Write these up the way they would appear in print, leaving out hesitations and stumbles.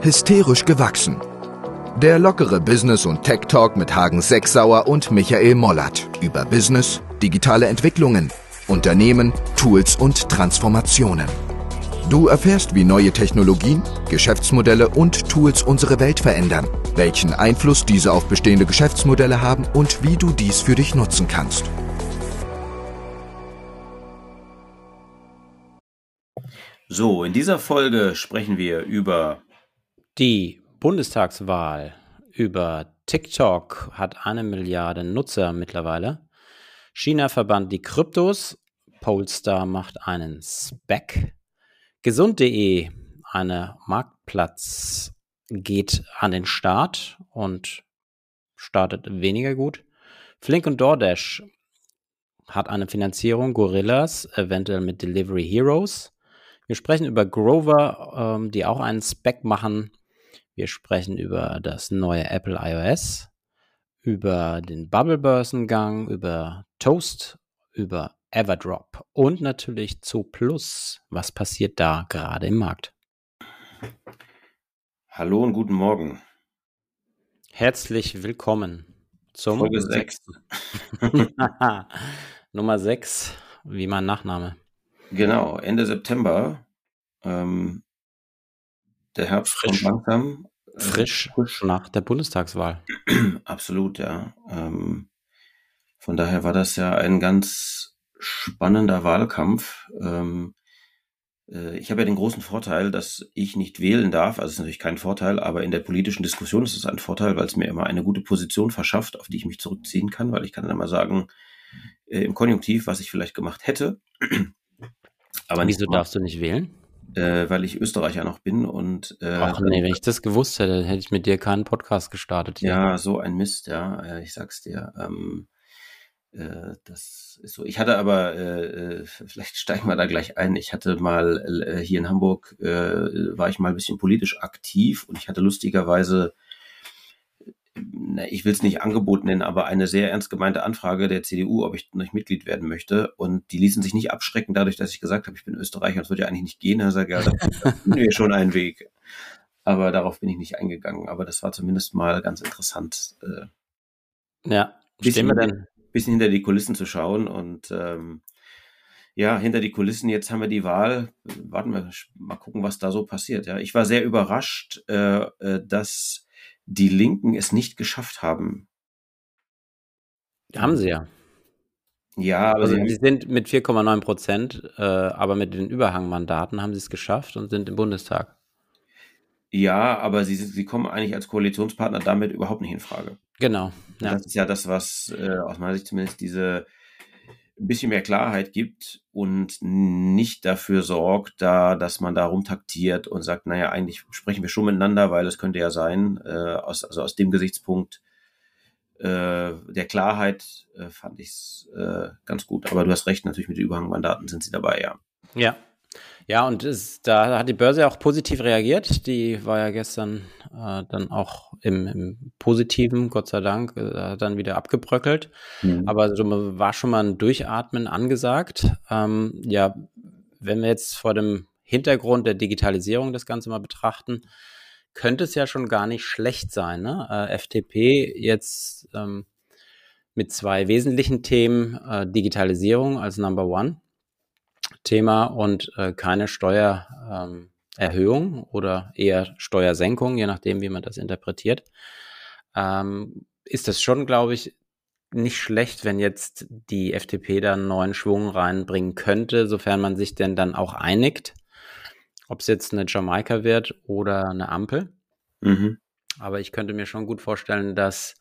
Hysterisch gewachsen. Der lockere Business- und Tech-Talk mit Hagen Sechsauer und Michael Mollert über Business, digitale Entwicklungen, Unternehmen, Tools und Transformationen. Du erfährst, wie neue Technologien, Geschäftsmodelle und Tools unsere Welt verändern, welchen Einfluss diese auf bestehende Geschäftsmodelle haben und wie du dies für dich nutzen kannst. So, in dieser Folge sprechen wir über die Bundestagswahl, über TikTok hat 1 Milliarde Nutzer mittlerweile. China verbannt die Kryptos. Polestar macht einen SPAC. Gesund.de, eine Marktplatz, geht an den Start und startet weniger gut. Flink und DoorDash hat eine Finanzierung. Gorillas, eventuell mit Delivery Heroes. Wir sprechen über Grover, die auch einen SPAC machen. Wir sprechen über das neue Apple iOS, über den Bubble-Börsengang, über Toast, über Everdrop und natürlich Zooplus. Was passiert da gerade im Markt? Hallo und guten Morgen. Herzlich willkommen zum Folge 6. Nummer 6, wie mein Nachname. Genau, Ende September. Der Herbst kommt langsam. Frisch nach der Bundestagswahl. Absolut, ja. Von daher war das ja ein ganz spannender Wahlkampf. Ich habe ja den großen Vorteil, dass ich nicht wählen darf. Also es ist natürlich kein Vorteil, aber in der politischen Diskussion ist es ein Vorteil, weil es mir immer eine gute Position verschafft, auf die ich mich zurückziehen kann, weil ich kann dann immer sagen, im Konjunktiv, was ich vielleicht gemacht hätte. Aber wieso darfst du nicht wählen? Weil ich Österreicher noch bin und ach nee, wenn ich das gewusst hätte, hätte ich mit dir keinen Podcast gestartet hier. Ja, so ein Mist, ja, ich sag's dir. Das ist so. Ich hatte aber, vielleicht steigen wir da gleich ein. Ich hatte mal hier in Hamburg, war ich mal ein bisschen politisch aktiv und ich hatte lustigerweise, ich will es nicht Angebot nennen, aber eine sehr ernst gemeinte Anfrage der CDU, ob ich nicht Mitglied werden möchte. Und die ließen sich nicht abschrecken, dadurch, dass ich gesagt habe, ich bin Österreicher und es würde ja eigentlich nicht gehen. Da sage ich, ja, da finden wir schon einen Weg. Aber darauf bin ich nicht eingegangen. Aber das war zumindest mal ganz interessant. Ja, stehen wir denn? Bisschen hinter die Kulissen zu schauen. Und ja, hinter die Kulissen, jetzt haben wir die Wahl. Warten wir mal gucken, was da so passiert. Ja, ich war sehr überrascht, dass die Linken es nicht geschafft haben. Haben sie ja. Ja, aber also sie sind mit 4,9%, aber mit den Überhangmandaten haben sie es geschafft und sind im Bundestag. Ja, aber sie kommen eigentlich als Koalitionspartner damit überhaupt nicht in Frage. Genau. Ja. Das ist ja das, was aus meiner Sicht zumindest diese ein bisschen mehr Klarheit gibt und nicht dafür sorgt, dass man da rumtaktiert und sagt, naja, eigentlich sprechen wir schon miteinander, weil es könnte ja sein, aus dem Gesichtspunkt der Klarheit fand ich es ganz gut. Aber du hast recht, natürlich mit den Überhangmandaten sind sie dabei, ja. Ja. Ja, und da hat die Börse auch positiv reagiert. Die war ja gestern dann auch im Positiven, Gott sei Dank, dann wieder abgebröckelt. Aber war schon mal ein Durchatmen angesagt. Ja, wenn wir jetzt vor dem Hintergrund der Digitalisierung das Ganze mal betrachten, könnte es ja schon gar nicht schlecht sein, ne? FDP jetzt mit 2 wesentlichen Themen, Digitalisierung als Number One Thema und keine Steuererhöhung oder eher Steuersenkung, je nachdem, wie man das interpretiert, ist das schon, glaube ich, nicht schlecht, wenn jetzt die FDP da einen neuen Schwung reinbringen könnte, sofern man sich denn dann auch einigt, ob es jetzt eine Jamaika wird oder eine Ampel. Mhm. Aber ich könnte mir schon gut vorstellen, dass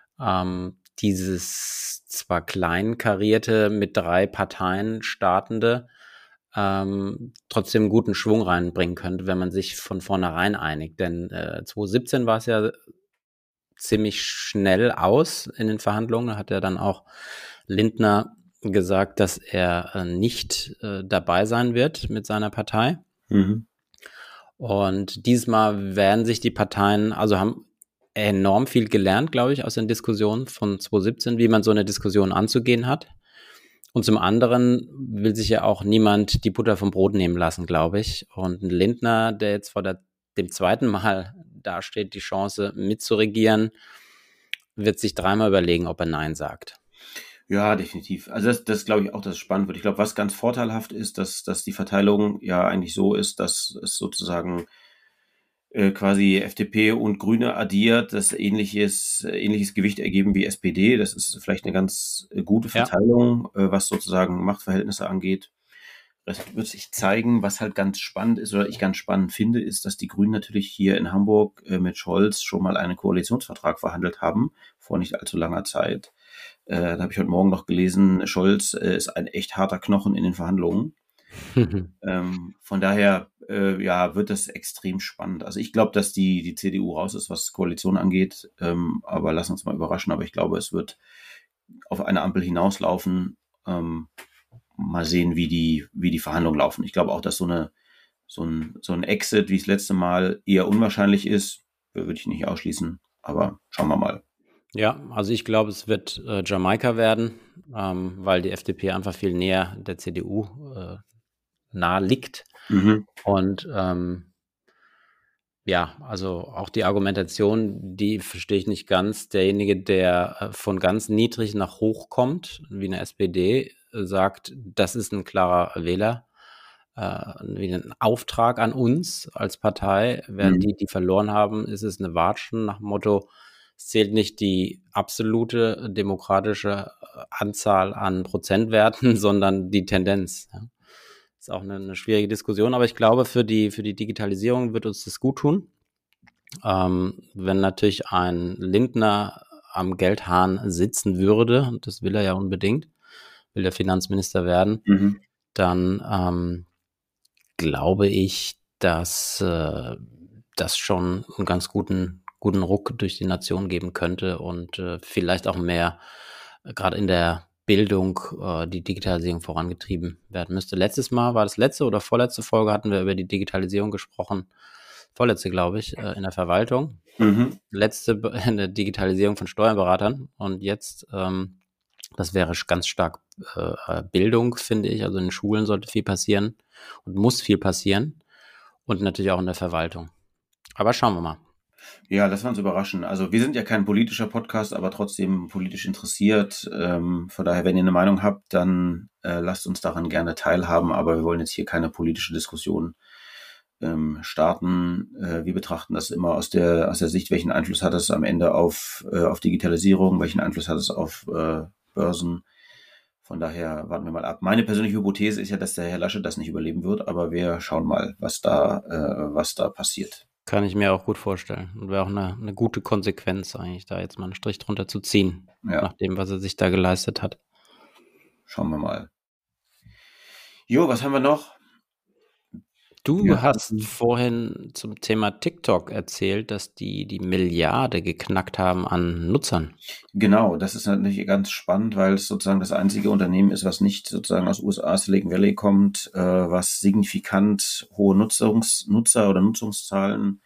dieses zwar kleinkarierte, mit 3 Parteien startende, trotzdem einen guten Schwung reinbringen könnte, wenn man sich von vornherein einigt. Denn 2017 war es ja ziemlich schnell aus in den Verhandlungen. Da hat ja dann auch Lindner gesagt, dass er nicht dabei sein wird mit seiner Partei. Mhm. Und diesmal werden sich die Parteien, also haben enorm viel gelernt, glaube ich, aus den Diskussionen von 2017, wie man so eine Diskussion anzugehen hat. Und zum anderen will sich ja auch niemand die Butter vom Brot nehmen lassen, glaube ich. Und ein Lindner, der jetzt vor der dem zweiten Mal dasteht, die Chance mitzuregieren, wird sich dreimal überlegen, ob er Nein sagt. Ja, definitiv. Also das glaube ich auch, dass es spannend wird. Ich glaube, was ganz vorteilhaft ist, dass die Verteilung ja eigentlich so ist, dass es sozusagen quasi FDP und Grüne addiert, das ähnliches Gewicht ergeben wie SPD. Das ist vielleicht eine ganz gute Verteilung, was sozusagen Machtverhältnisse angeht. Das wird sich zeigen. Was halt ganz spannend ist oder ich ganz spannend finde, ist, dass die Grünen natürlich hier in Hamburg mit Scholz schon mal einen Koalitionsvertrag verhandelt haben, vor nicht allzu langer Zeit. Da habe ich heute Morgen noch gelesen, Scholz ist ein echt harter Knochen in den Verhandlungen. Von daher wird das extrem spannend. Also ich glaube, dass die CDU raus ist, was Koalition angeht, aber lass uns mal überraschen. Aber ich glaube, es wird auf eine Ampel hinauslaufen. Mal sehen, wie die Verhandlungen laufen. Ich glaube auch, dass so ein Exit wie das letzte Mal eher unwahrscheinlich ist. Würde ich nicht ausschließen, aber schauen wir mal. Ja, also ich glaube, es wird Jamaika werden, weil die FDP einfach viel näher der CDU nahe liegt. Und also auch die Argumentation, die verstehe ich nicht ganz. Derjenige, der von ganz niedrig nach hoch kommt, wie eine SPD, sagt, das ist ein klarer Wähler, wie ein Auftrag an uns als Partei. Während die verloren haben, ist es eine Watschen nach dem Motto, es zählt nicht die absolute demokratische Anzahl an Prozentwerten, sondern die Tendenz. Ja. Ist auch eine schwierige Diskussion, aber ich glaube, für die Digitalisierung wird uns das gut tun. Wenn natürlich ein Lindner am Geldhahn sitzen würde, und das will er ja unbedingt, will der Finanzminister werden, dann glaube ich, dass das schon einen ganz guten Ruck durch die Nation geben könnte und vielleicht auch mehr, gerade in der Bildung, die Digitalisierung vorangetrieben werden müsste. Letztes Mal, war das letzte oder vorletzte Folge, hatten wir über die Digitalisierung gesprochen. Vorletzte, glaube ich, in der Verwaltung. Letzte in der Digitalisierung von Steuerberatern. Und jetzt, das wäre ganz stark Bildung, finde ich. Also in den Schulen sollte viel passieren und muss viel passieren. Und natürlich auch in der Verwaltung. Aber schauen wir mal. Ja, lass uns überraschen. Also wir sind ja kein politischer Podcast, aber trotzdem politisch interessiert. Von daher, wenn ihr eine Meinung habt, dann lasst uns daran gerne teilhaben. Aber wir wollen jetzt hier keine politische Diskussion starten. Wir betrachten das immer aus der Sicht, welchen Einfluss hat es am Ende auf Digitalisierung, welchen Einfluss hat es auf Börsen. Von daher warten wir mal ab. Meine persönliche Hypothese ist ja, dass der Herr Laschet das nicht überleben wird, aber wir schauen mal, was da passiert. Kann ich mir auch gut vorstellen. Und wäre auch eine gute Konsequenz eigentlich, da jetzt mal einen Strich drunter zu ziehen, nach dem, was er sich da geleistet hat. Schauen wir mal. Jo, was haben wir noch? Du hast vorhin zum Thema TikTok erzählt, dass die Milliarde geknackt haben an Nutzern. Genau, das ist natürlich ganz spannend, weil es sozusagen das einzige Unternehmen ist, was nicht sozusagen aus USA, Silicon Valley kommt, was signifikant hohe Nutzer- oder Nutzungszahlen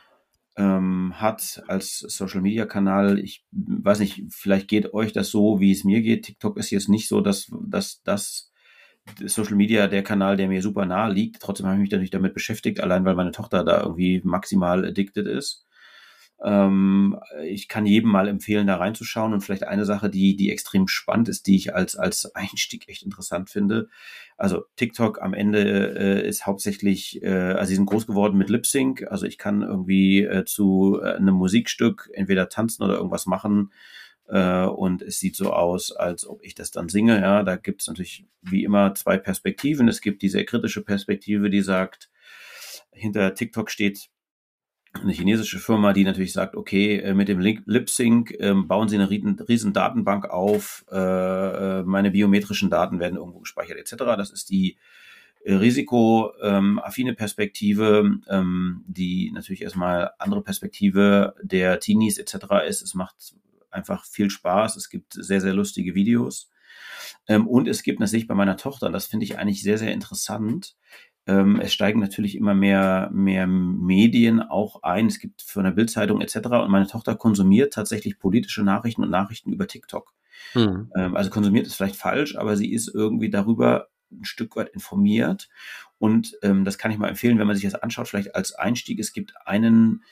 hat als Social-Media-Kanal. Ich weiß nicht, vielleicht geht euch das so, wie es mir geht. TikTok ist jetzt nicht so, dass Social Media der Kanal, der mir super nahe liegt. Trotzdem habe ich mich natürlich damit beschäftigt, allein weil meine Tochter da irgendwie maximal addicted ist. Ich kann jedem mal empfehlen, da reinzuschauen. Und vielleicht eine Sache, die extrem spannend ist, die ich als Einstieg echt interessant finde. Also TikTok am Ende ist hauptsächlich, also sie sind groß geworden mit Lip Sync. Also ich kann irgendwie zu einem Musikstück entweder tanzen oder irgendwas machen. Und es sieht so aus, als ob ich das dann singe. Ja, da gibt es natürlich wie immer zwei Perspektiven. Es gibt die sehr kritische Perspektive, die sagt, hinter TikTok steht eine chinesische Firma, die natürlich sagt, okay, mit dem Lip Sync bauen sie eine riesen Datenbank auf, meine biometrischen Daten werden irgendwo gespeichert etc. Das ist die risikoaffine Perspektive, die natürlich erstmal andere Perspektive der Teenies etc. ist. Es macht einfach viel Spaß. Es gibt sehr, sehr lustige Videos. Und es gibt natürlich bei meiner Tochter, das finde ich eigentlich sehr, sehr interessant, es steigen natürlich immer mehr Medien auch ein. Es gibt von der Bild-Zeitung etc. Und meine Tochter konsumiert tatsächlich politische Nachrichten und Nachrichten über TikTok. Also konsumiert ist vielleicht falsch, aber sie ist irgendwie darüber ein Stück weit informiert. Und das kann ich mal empfehlen, wenn man sich das anschaut, vielleicht als Einstieg. Es gibt einen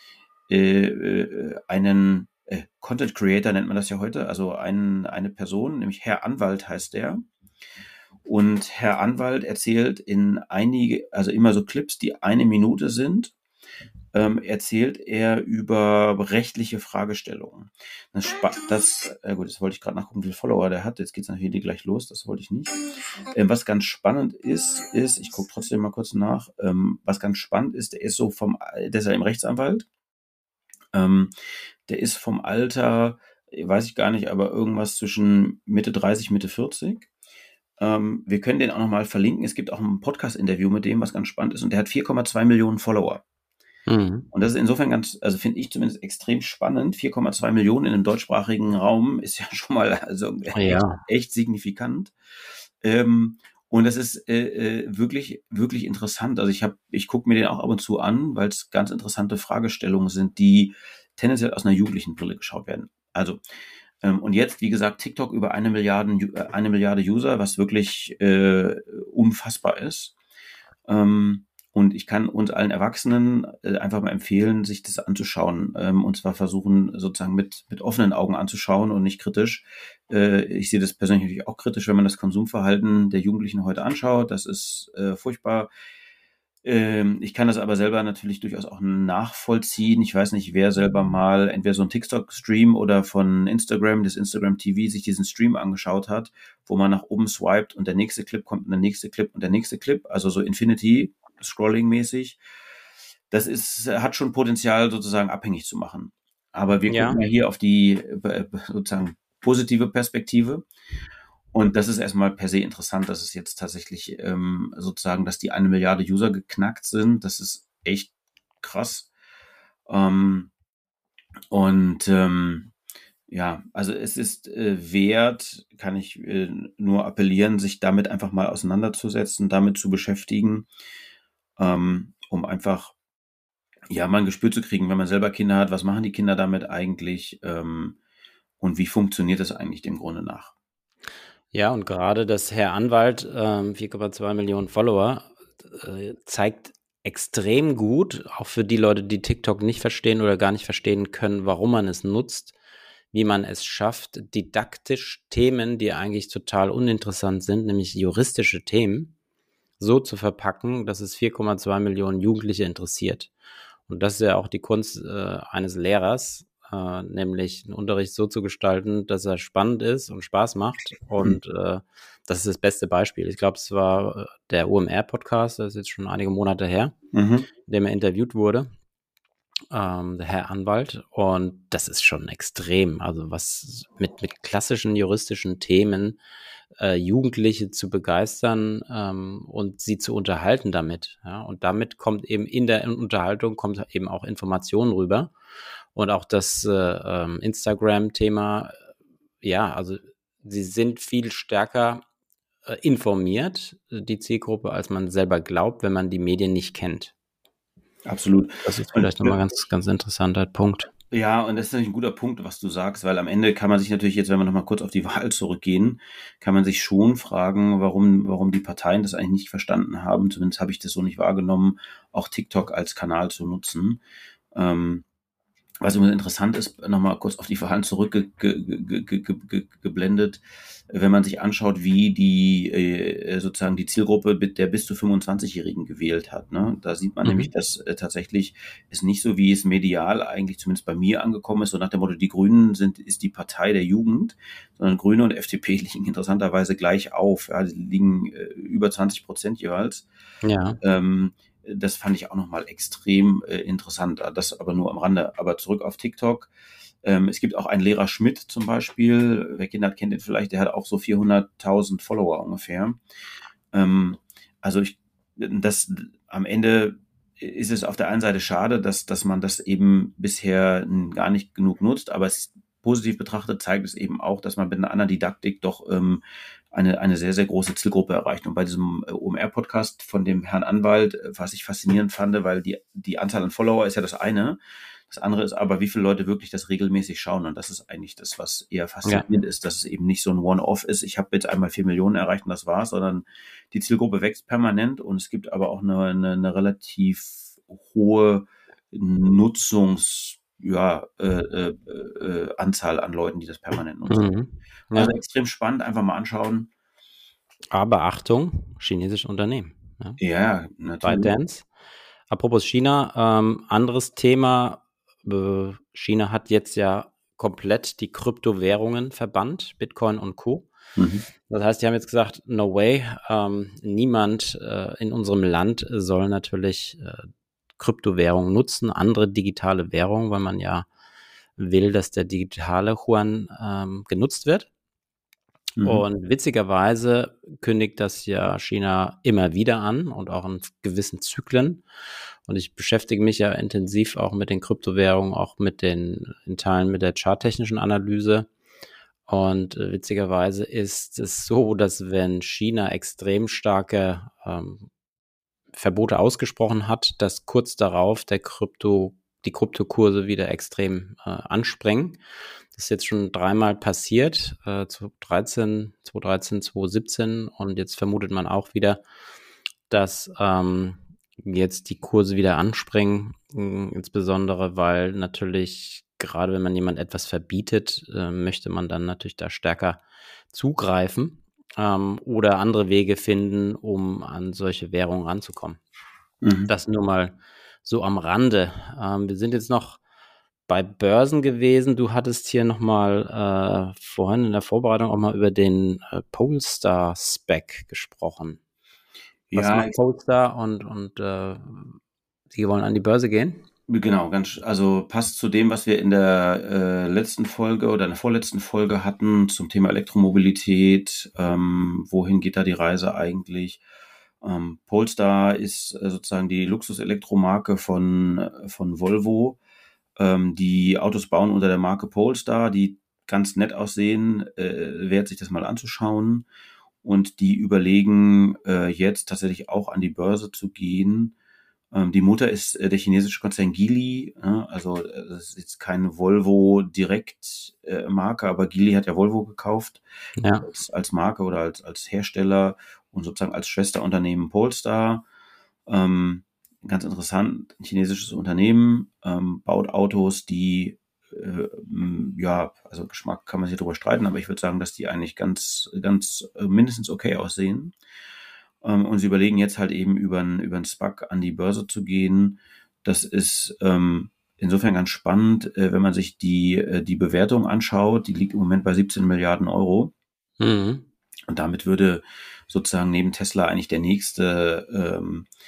Content Creator, nennt man das ja heute, also eine Person, nämlich Herr Anwalt heißt der. Und Herr Anwalt erzählt also immer so Clips, die 1 Minute sind, erzählt er über rechtliche Fragestellungen. Gut, jetzt wollte ich gerade nachgucken, wie viele Follower der hat. Jetzt geht es natürlich gleich los, das wollte ich nicht. Was ganz spannend ist, ich gucke trotzdem mal kurz nach, was ganz spannend ist, der ist ja im Rechtsanwalt. Der ist vom Alter, weiß ich gar nicht, aber irgendwas zwischen Mitte 30, Mitte 40. Wir können den auch nochmal verlinken. Es gibt auch ein Podcast-Interview mit dem, was ganz spannend ist. Und der hat 4,2 Millionen Follower. Und das ist insofern also finde ich zumindest extrem spannend. 4,2 Millionen in einem deutschsprachigen Raum ist ja schon mal echt signifikant. Und das ist wirklich, wirklich interessant. Also ich gucke mir den auch ab und zu an, weil es ganz interessante Fragestellungen sind, die tendenziell aus einer jugendlichen Brille geschaut werden. Also, und jetzt, wie gesagt, TikTok über 1 Milliarde User, was wirklich unfassbar ist. Und ich kann uns allen Erwachsenen einfach mal empfehlen, sich das anzuschauen. Und zwar versuchen, sozusagen mit offenen Augen anzuschauen und nicht kritisch. Ich sehe das persönlich natürlich auch kritisch, wenn man das Konsumverhalten der Jugendlichen heute anschaut. Das ist furchtbar. Ich kann das aber selber natürlich durchaus auch nachvollziehen. Ich weiß nicht, wer selber mal entweder so einen TikTok-Stream oder von Instagram, das Instagram TV, sich diesen Stream angeschaut hat, wo man nach oben swiped und der nächste Clip kommt und der nächste Clip und der nächste Clip, also so Infinity Scrolling-mäßig. Das hat schon Potenzial, sozusagen abhängig zu machen. Aber wir gucken ja hier auf die sozusagen positive Perspektive. Und das ist erstmal per se interessant, dass es jetzt tatsächlich sozusagen, dass die 1 Milliarde User geknackt sind. Das ist echt krass. Ja, also es ist wert, kann ich nur appellieren, sich damit einfach mal auseinanderzusetzen, damit zu beschäftigen, um einfach mal ein Gespür zu kriegen, wenn man selber Kinder hat, was machen die Kinder damit eigentlich und wie funktioniert das eigentlich dem Grunde nach? Ja, und gerade das Herr Anwalt, 4,2 Millionen Follower, zeigt extrem gut, auch für die Leute, die TikTok nicht verstehen oder gar nicht verstehen können, warum man es nutzt, wie man es schafft, didaktisch Themen, die eigentlich total uninteressant sind, nämlich juristische Themen, so zu verpacken, dass es 4,2 Millionen Jugendliche interessiert. Und das ist ja auch die Kunst eines Lehrers, nämlich einen Unterricht so zu gestalten, dass er spannend ist und Spaß macht. Und das ist das beste Beispiel. Ich glaube, es war der OMR-Podcast, das ist jetzt schon einige Monate her, in dem er interviewt wurde, der Herr Anwalt. Und das ist schon extrem. Also was mit klassischen juristischen Themen Jugendliche zu begeistern und sie zu unterhalten damit. Ja? Und damit kommt eben in der Unterhaltung kommt eben auch Information rüber. Und auch das Instagram-Thema, also sie sind viel stärker informiert, die Zielgruppe, als man selber glaubt, wenn man die Medien nicht kennt. Absolut. Das ist vielleicht nochmal ganz, ganz interessanter Punkt. Ja, und das ist natürlich ein guter Punkt, was du sagst, weil am Ende kann man sich natürlich jetzt, wenn wir nochmal kurz auf die Wahl zurückgehen, kann man sich schon fragen, warum die Parteien das eigentlich nicht verstanden haben. Zumindest habe ich das so nicht wahrgenommen, auch TikTok als Kanal zu nutzen. Was immer interessant ist, nochmal kurz auf die Verhalten zurückgeblendet, wenn man sich anschaut, wie die sozusagen die Zielgruppe der bis zu 25-Jährigen gewählt hat. Ne? Da sieht man nämlich, dass tatsächlich es nicht so, wie es medial eigentlich zumindest bei mir angekommen ist, so nach dem Motto, die Grünen ist die Partei der Jugend, sondern Grüne und FDP liegen interessanterweise gleich auf. Ja, die liegen über 20% jeweils. Ja. Das fand ich auch nochmal extrem interessant, das aber nur am Rande. Aber zurück auf TikTok. Es gibt auch einen Lehrer Schmidt zum Beispiel, wer Kinder hat, kennt ihn vielleicht, der hat auch so 400.000 Follower ungefähr. Also am Ende ist es auf der einen Seite schade, dass man das eben bisher gar nicht genug nutzt, aber es ist positiv betrachtet zeigt es eben auch, dass man mit einer anderen Didaktik doch eine sehr, sehr große Zielgruppe erreicht. Und bei diesem OMR-Podcast von dem Herrn Anwalt, was ich faszinierend fand, weil die Anzahl an Follower ist ja das eine. Das andere ist aber, wie viele Leute wirklich das regelmäßig schauen. Und das ist eigentlich das, was eher faszinierend ist, dass es eben nicht so ein One-Off ist. Ich habe jetzt einmal 4 Millionen erreicht und das war's, sondern die Zielgruppe wächst permanent und es gibt aber auch eine relativ hohe Anzahl an Leuten, die das permanent nutzen. Ja. Also extrem spannend, einfach mal anschauen. Aber Achtung, chinesisches Unternehmen. Ja, Ja, natürlich. ByteDance. Apropos China, anderes Thema. China hat jetzt ja komplett die Kryptowährungen verbannt, Bitcoin und Co. Das heißt, die haben jetzt gesagt, no way, niemand in unserem Land soll natürlich Kryptowährungen nutzen, andere digitale Währungen, weil man ja will, dass der digitale Yuan genutzt wird. Und witzigerweise kündigt das ja China immer wieder an und auch in gewissen Zyklen. Und ich beschäftige mich ja intensiv auch mit den Kryptowährungen, auch in Teilen mit der charttechnischen Analyse. Und witzigerweise ist es so, dass wenn China extrem starke Verbote ausgesprochen hat, dass kurz darauf die Kryptokurse wieder extrem anspringen. Das ist jetzt schon dreimal passiert, 2013, 2017 und jetzt vermutet man auch wieder, dass jetzt die Kurse wieder anspringen, insbesondere weil natürlich gerade wenn man jemand etwas verbietet, möchte man dann natürlich da stärker zugreifen oder andere Wege finden, um an solche Währungen ranzukommen. Das nur mal so am Rande. Wir sind jetzt noch bei Börsen gewesen. Du hattest hier nochmal vorhin in der Vorbereitung auch mal über den Polestar-Spec gesprochen. Was macht Polestar und die wollen an die Börse gehen? Genau, also passt zu dem, was wir in der letzten Folge oder in der vorletzten Folge hatten zum Thema Elektromobilität. Wohin geht da die Reise eigentlich? Polestar ist sozusagen die Luxus-Elektromarke von Volvo. Die Autos bauen unter der Marke Polestar, die ganz nett aussehen, wert sich das mal anzuschauen. Und die überlegen jetzt tatsächlich auch an die Börse zu gehen. Die Mutter ist der chinesische Konzern Geely, also das ist jetzt keine Volvo-Direkt-Marke, aber Geely hat ja Volvo gekauft als Marke oder als Hersteller und sozusagen als Schwesterunternehmen Polestar. Ganz interessant, ein chinesisches Unternehmen, baut Autos, die also Geschmack kann man sich drüber streiten, aber ich würde sagen, dass die eigentlich ganz mindestens okay aussehen. Und sie überlegen jetzt halt eben über einen SPAC an die Börse zu gehen. Das ist insofern ganz spannend, wenn man sich die Bewertung anschaut. Die liegt im Moment bei 17 Milliarden Euro. Und damit würde sozusagen neben Tesla eigentlich der nächste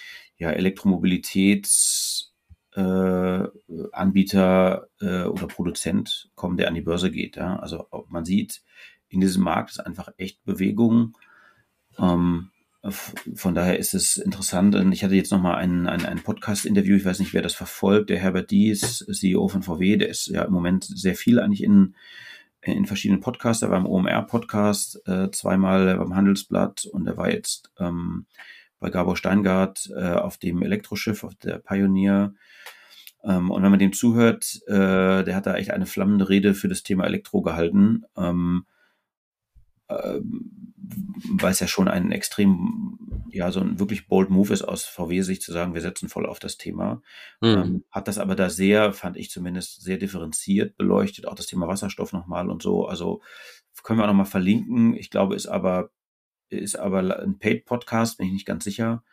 Elektromobilitätsanbieter oder Produzent kommen, der an die Börse geht. Ja? Also man sieht, in diesem Markt ist einfach echt Bewegung. Von daher ist es interessant. Und ich hatte jetzt nochmal ein Podcast-Interview, ich weiß nicht, wer das verfolgt, der Herbert Diess, CEO von VW, der ist ja im Moment sehr viel eigentlich in verschiedenen Podcasts. Er war im OMR-Podcast zweimal, er war im Handelsblatt und er war jetzt bei Gabor Steingart auf dem Elektroschiff, auf der Pioneer. Und wenn man dem zuhört, der hat da echt eine flammende Rede für das Thema Elektro gehalten. Weil es ja schon ein extrem, so ein wirklich bold Move ist aus VW-Sicht zu sagen, wir setzen voll auf das Thema. Hat das aber da fand ich zumindest, sehr differenziert beleuchtet, auch das Thema Wasserstoff nochmal und so. Also können wir auch nochmal verlinken. Ich glaube, ist aber ein Paid-Podcast, bin ich nicht ganz sicher.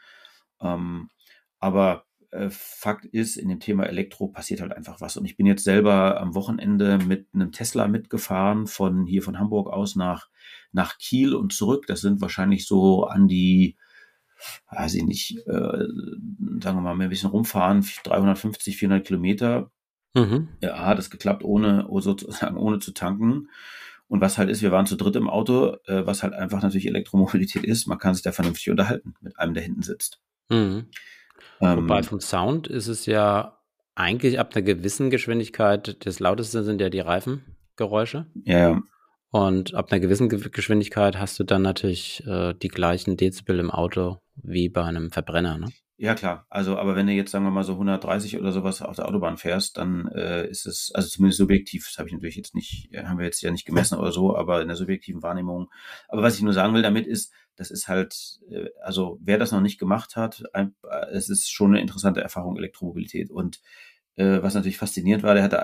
Aber Fakt ist, in dem Thema Elektro passiert halt einfach was. Und ich bin jetzt selber am Wochenende mit einem Tesla mitgefahren, von Hamburg aus nach Kiel und zurück. Das sind wahrscheinlich so an die, weiß ich nicht, sagen wir mal, ein bisschen rumfahren, 350, 400 Kilometer. Ja, hat es geklappt, ohne zu tanken. Und was halt ist, wir waren zu dritt im Auto, was halt einfach natürlich Elektromobilität ist. Man kann sich da vernünftig unterhalten mit einem, der hinten sitzt. Wobei vom Sound ist es ja eigentlich ab einer gewissen Geschwindigkeit, das lauteste sind ja die Reifengeräusche. Ja. Und ab einer gewissen Geschwindigkeit hast du dann natürlich die gleichen Dezibel im Auto wie bei einem Verbrenner, ne? Ja, klar. Also, aber wenn du jetzt, sagen wir mal, so 130 oder sowas auf der Autobahn fährst, dann ist es, also zumindest subjektiv, das habe ich natürlich jetzt nicht, haben wir jetzt ja nicht gemessen oder so, aber in der subjektiven Wahrnehmung. Aber was ich nur sagen will damit ist, das ist halt, also wer das noch nicht gemacht hat, es ist schon eine interessante Erfahrung, Elektromobilität. Und was natürlich faszinierend war, der hatte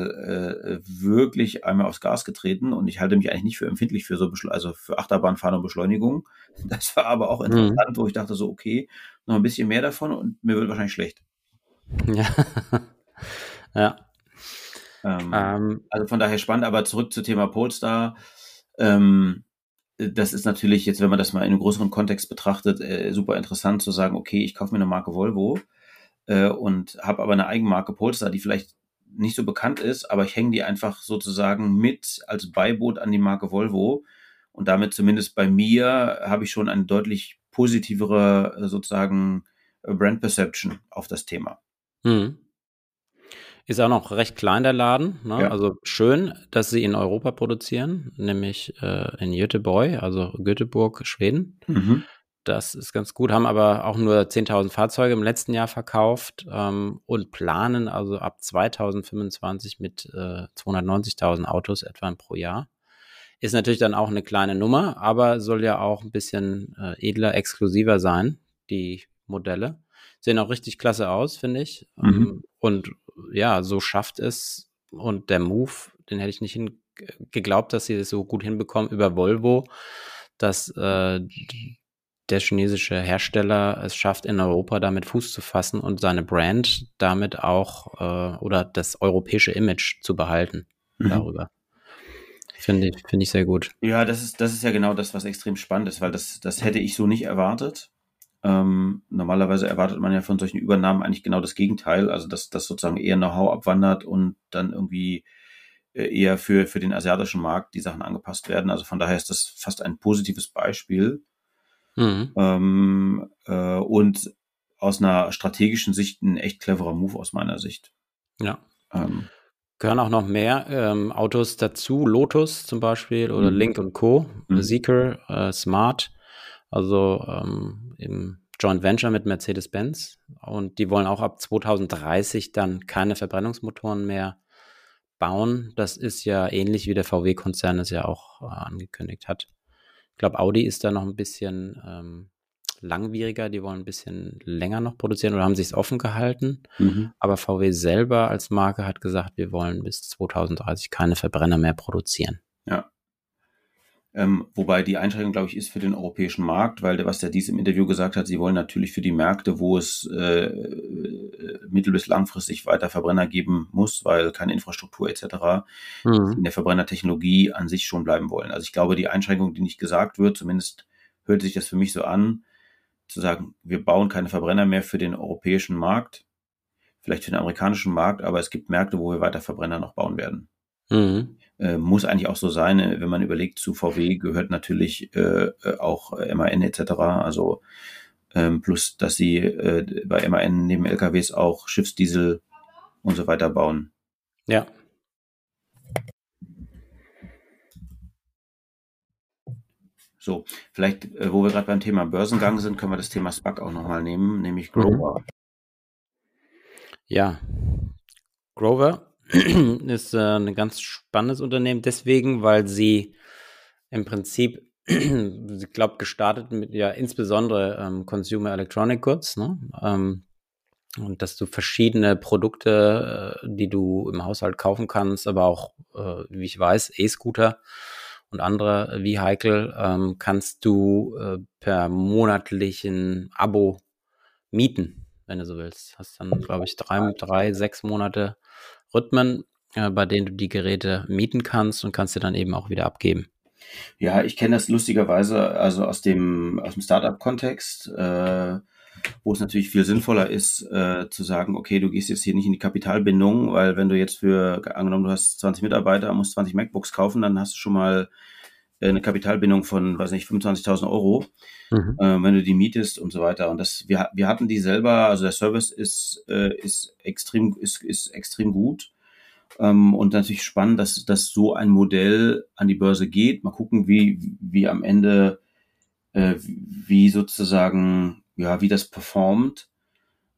wirklich einmal aufs Gas getreten, und ich halte mich eigentlich nicht für empfindlich für so, also für Achterbahnfahren und Beschleunigung. Das war aber auch Mhm. interessant, wo ich dachte so, okay, noch ein bisschen mehr davon und mir wird wahrscheinlich schlecht. Ja. Ja. Also von daher spannend, aber zurück zum Thema Polestar. Ähm, Das ist natürlich jetzt, wenn man das mal in einem größeren Kontext betrachtet, super interessant zu sagen, okay, ich kaufe mir eine Marke Volvo und habe aber eine Eigenmarke Polestar, die vielleicht nicht so bekannt ist, aber ich hänge die einfach sozusagen mit als Beiboot an die Marke Volvo, und damit zumindest bei mir habe ich schon eine deutlich positivere sozusagen Brand Perception auf das Thema. Mhm. Ist auch noch recht klein, der Laden, ne? Ja. Also schön, dass sie in Europa produzieren, nämlich in Göteborg, also Göteborg, Schweden. Mhm. Das ist ganz gut, haben aber auch nur 10.000 Fahrzeuge im letzten Jahr verkauft und planen also ab 2025 mit 290.000 Autos etwa pro Jahr. Ist natürlich dann auch eine kleine Nummer, aber soll ja auch ein bisschen edler, exklusiver sein, die Modelle. Sehen auch richtig klasse aus, finde ich. Mhm. Und ja, so schafft es. Und der Move, den hätte ich nicht geglaubt, dass sie das so gut hinbekommen über Volvo, dass der chinesische Hersteller es schafft, in Europa damit Fuß zu fassen und seine Brand damit auch oder das europäische Image zu behalten Mhm. darüber. Finde ich sehr gut. Ja, das ist ja genau das, was extrem spannend ist, weil das hätte ich so nicht erwartet. Normalerweise erwartet man ja von solchen Übernahmen eigentlich genau das Gegenteil, also dass sozusagen eher Know-how abwandert und dann irgendwie eher für den asiatischen Markt die Sachen angepasst werden. Also von daher ist das fast ein positives Beispiel. Mhm. Und aus einer strategischen Sicht ein echt cleverer Move aus meiner Sicht. Ja. Ähm, Gehören auch noch mehr Autos dazu, Lotus zum Beispiel oder mhm. Lynk und Co., Mhm. Zeekr, Smart, also im Joint Venture mit Mercedes-Benz. Und die wollen auch ab 2030 dann keine Verbrennungsmotoren mehr bauen. Das ist ja ähnlich wie der VW-Konzern es ja auch angekündigt hat. Ich glaube, Audi ist da noch ein bisschen langwieriger. Die wollen ein bisschen länger noch produzieren oder haben sich es offen gehalten. Mhm. Aber VW selber als Marke hat gesagt, wir wollen bis 2030 keine Verbrenner mehr produzieren. Ja. Wobei die Einschränkung, glaube ich, ist für den europäischen Markt, weil was der dies im Interview gesagt hat, sie wollen natürlich für die Märkte, wo es mittel- bis langfristig weiter Verbrenner geben muss, weil keine Infrastruktur etc., in Mhm. der Verbrennertechnologie an sich schon bleiben wollen. Also ich glaube, die Einschränkung, die nicht gesagt wird, zumindest hört sich das für mich so an, zu sagen, wir bauen keine Verbrenner mehr für den europäischen Markt, vielleicht für den amerikanischen Markt, aber es gibt Märkte, wo wir weiter Verbrenner noch bauen werden. Mhm. Muss eigentlich auch so sein, wenn man überlegt, zu VW gehört natürlich auch MAN etc. Also plus, dass sie bei MAN neben LKWs auch Schiffsdiesel und so weiter bauen. Ja. So, vielleicht, wo wir gerade beim Thema Börsengang sind, können wir das Thema SPAC auch nochmal nehmen, nämlich Mhm. Grover. Ja. Grover ist ein ganz spannendes Unternehmen deswegen, weil sie im Prinzip, ich glaube, gestartet mit ja insbesondere Consumer Electronic Goods, ne? Und dass du verschiedene Produkte, die du im Haushalt kaufen kannst, aber auch, wie ich weiß, E-Scooter und andere Vehicle, kannst du per monatlichen Abo mieten, wenn du so willst. Hast dann, glaube ich, 6 Monate Rhythmen, bei denen du die Geräte mieten kannst und kannst sie dann eben auch wieder abgeben. Ja, ich kenne das lustigerweise also aus dem Startup-Kontext, wo es natürlich viel sinnvoller ist, zu sagen, okay, du gehst jetzt hier nicht in die Kapitalbindung, weil wenn du jetzt angenommen, du hast 20 Mitarbeiter, musst 20 MacBooks kaufen, dann hast du schon mal eine Kapitalbindung von, weiß nicht, 25.000 Euro, Mhm. wenn du die mietest und so weiter. Und wir hatten die selber, also der Service ist extrem gut. Und natürlich spannend, dass so ein Modell an die Börse geht. Mal gucken, wie am Ende, wie sozusagen, ja, wie das performt.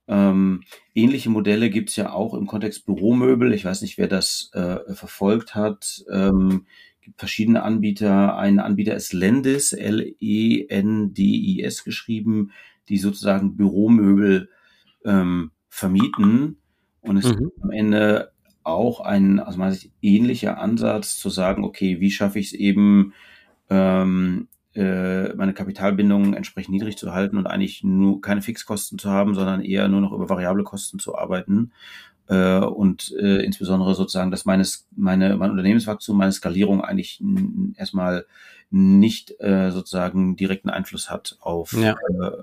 Ähnliche Modelle gibt es ja auch im Kontext Büromöbel. Ich weiß nicht, wer das verfolgt hat. Gibt verschiedene Anbieter. Ein Anbieter ist Lendis, Lendis geschrieben, die sozusagen Büromöbel vermieten. Und es ist Mhm. am Ende auch ein, aus meiner Sicht, ähnlicher Ansatz zu sagen, okay, wie schaffe ich es eben, meine Kapitalbindung entsprechend niedrig zu halten und eigentlich nur keine Fixkosten zu haben, sondern eher nur noch über variable Kosten zu arbeiten. Und insbesondere sozusagen, dass mein Unternehmenswachstum, meine Skalierung eigentlich erstmal nicht sozusagen direkten Einfluss hat Ja.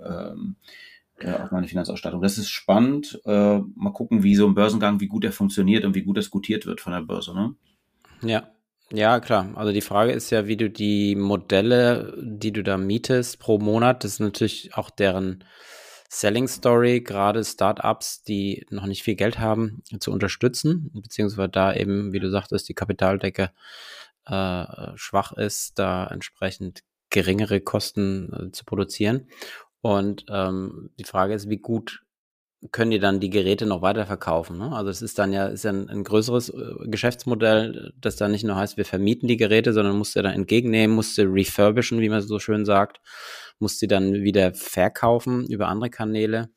auf meine Finanzausstattung. Das ist spannend. Mal gucken, wie so ein Börsengang, wie gut er funktioniert und wie gut das gutiert wird von der Börse, ne? Ja. Ja, klar. Also die Frage ist ja, wie du die Modelle, die du da mietest pro Monat, das ist natürlich auch deren Selling Story, gerade Startups, die noch nicht viel Geld haben, zu unterstützen, beziehungsweise da eben, wie du sagtest, die Kapitaldecke schwach ist, da entsprechend geringere Kosten zu produzieren. Und die Frage ist, wie gut können die dann die Geräte noch weiterverkaufen, ne? Also es ist dann ja ein größeres Geschäftsmodell, das dann nicht nur heißt, wir vermieten die Geräte, sondern musst du dann entgegennehmen, musst du refurbischen, wie man so schön sagt, musst sie dann wieder verkaufen über andere Kanäle,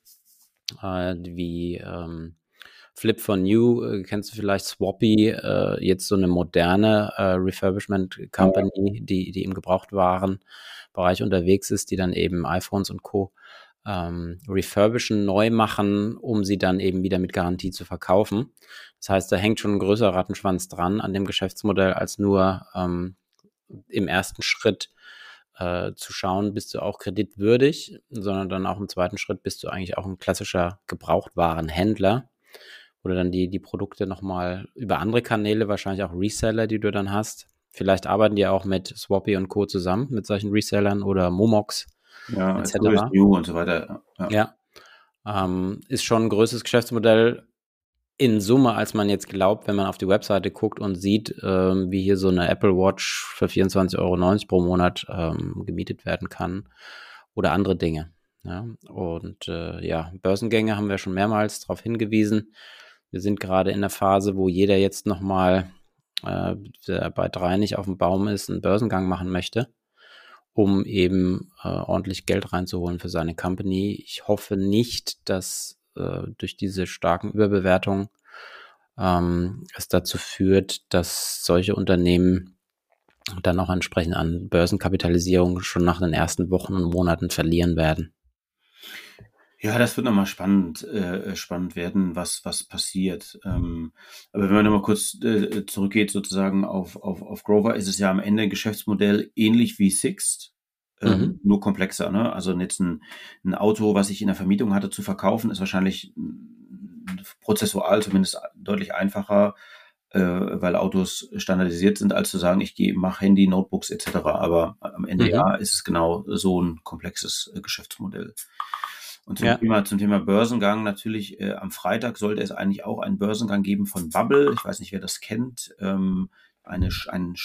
wie Flip for New, kennst du vielleicht Swappy, jetzt so eine moderne Refurbishment Company, die im Gebrauchtwarenbereich unterwegs ist, die dann eben iPhones und Co. Refurbischen, neu machen, um sie dann eben wieder mit Garantie zu verkaufen. Das heißt, da hängt schon ein größerer Rattenschwanz dran an dem Geschäftsmodell, als nur im ersten Schritt zu schauen, bist du auch kreditwürdig, sondern dann auch im zweiten Schritt bist du eigentlich auch ein klassischer Gebrauchtwarenhändler, wo du dann die Produkte nochmal über andere Kanäle, wahrscheinlich auch Reseller, die du dann hast. Vielleicht arbeiten die auch mit Swappy und Co. zusammen, mit solchen Resellern oder Momox Ja, Tourist etc. New und so weiter. Ja. Ja, ist schon ein größeres Geschäftsmodell in Summe, als man jetzt glaubt, wenn man auf die Webseite guckt und sieht, wie hier so eine Apple Watch für 24,90 € pro Monat gemietet werden kann oder andere Dinge. Ja, und ja, Börsengänge haben wir schon mehrmals darauf hingewiesen. Wir sind gerade in der Phase, wo jeder jetzt nochmal, der bei 3 nicht auf dem Baum ist, einen Börsengang machen möchte, um eben ordentlich Geld reinzuholen für seine Company. Ich hoffe nicht, dass durch diese starken Überbewertungen es dazu führt, dass solche Unternehmen dann auch entsprechend an Börsenkapitalisierung schon nach den ersten Wochen und Monaten verlieren werden. Ja, das wird nochmal spannend werden, was passiert. Aber wenn man nochmal kurz zurückgeht sozusagen auf Grover, ist es ja am Ende ein Geschäftsmodell ähnlich wie Sixt, nur komplexer, ne? Also jetzt ein Auto, was ich in der Vermietung hatte, zu verkaufen, ist wahrscheinlich prozessual zumindest deutlich einfacher, weil Autos standardisiert sind, als zu sagen, mache Handy, Notebooks etc. Aber am Ende ja, ist es genau so ein komplexes Geschäftsmodell. Und zum Thema Börsengang natürlich, am Freitag sollte es eigentlich auch einen Börsengang geben von Bubble. Ich weiß nicht, wer das kennt. Eine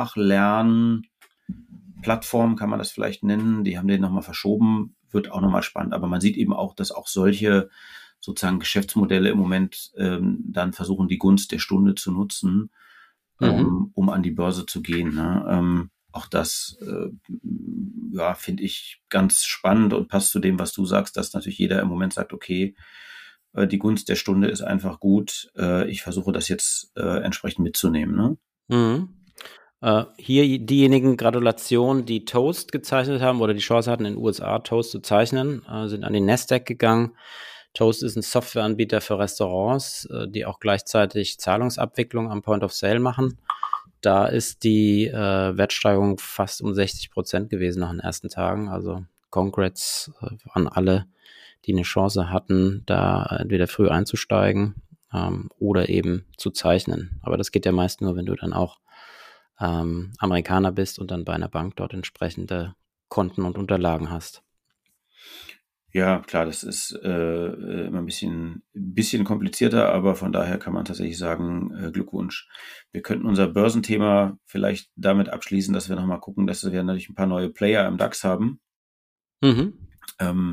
Sprachlernplattform kann man das vielleicht nennen. Die haben den nochmal verschoben. Wird auch nochmal spannend. Aber man sieht eben auch, dass auch solche sozusagen Geschäftsmodelle im Moment dann versuchen, die Gunst der Stunde zu nutzen, um an die Börse zu gehen. Ne? Auch das, ja, finde ich ganz spannend und passt zu dem, was du sagst, dass natürlich jeder im Moment sagt, okay, die Gunst der Stunde ist einfach gut. Ich versuche das jetzt entsprechend mitzunehmen. Ne? Hier diejenigen, Gratulation, die Toast gezeichnet haben oder die Chance hatten, in den USA Toast zu zeichnen, sind an den Nasdaq gegangen. Toast ist ein Softwareanbieter für Restaurants, die auch gleichzeitig Zahlungsabwicklung am Point of Sale machen. Da ist die Wertsteigerung fast um 60% gewesen nach den ersten Tagen. Also Congrats an alle, die eine Chance hatten, da entweder früh einzusteigen oder eben zu zeichnen. Aber das geht ja meist nur, wenn du dann auch Amerikaner bist und dann bei einer Bank dort entsprechende Konten und Unterlagen hast. Ja, klar, das ist immer ein bisschen komplizierter, aber von daher kann man tatsächlich sagen, Glückwunsch. Wir könnten unser Börsenthema vielleicht damit abschließen, dass wir nochmal gucken, dass wir natürlich ein paar neue Player im DAX haben.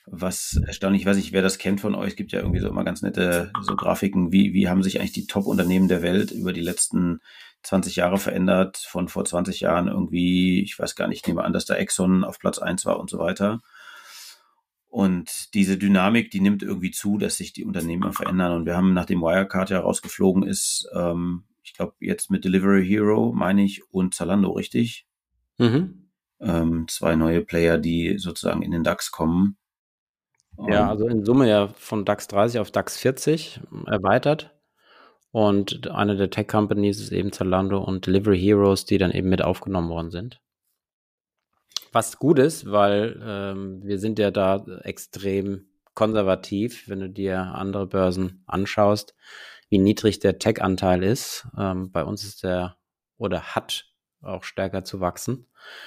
was erstaunlich, weiß ich, wer das kennt von euch, es gibt ja irgendwie so immer ganz nette so Grafiken, wie haben sich eigentlich die Top-Unternehmen der Welt über die letzten 20 Jahre verändert, von vor 20 Jahren irgendwie, ich weiß gar nicht, ich nehme an, dass da Exxon auf Platz 1 war und so weiter. Und diese Dynamik, die nimmt irgendwie zu, dass sich die Unternehmen verändern. Und wir haben, nachdem Wirecard ja rausgeflogen ist, ich glaube jetzt mit Delivery Hero, meine ich, und Zalando, richtig? Mhm. 2 neue Player, die sozusagen in den DAX kommen. Ja, also in Summe ja von DAX 30 auf DAX 40 erweitert. Und eine der Tech-Companies ist eben Zalando und Delivery Heroes, die dann eben mit aufgenommen worden sind. Was gut ist, weil wir sind ja da extrem konservativ, wenn du dir andere Börsen anschaust, wie niedrig der Tech-Anteil ist. Bei uns ist der oder hat auch stärker zu wachsen.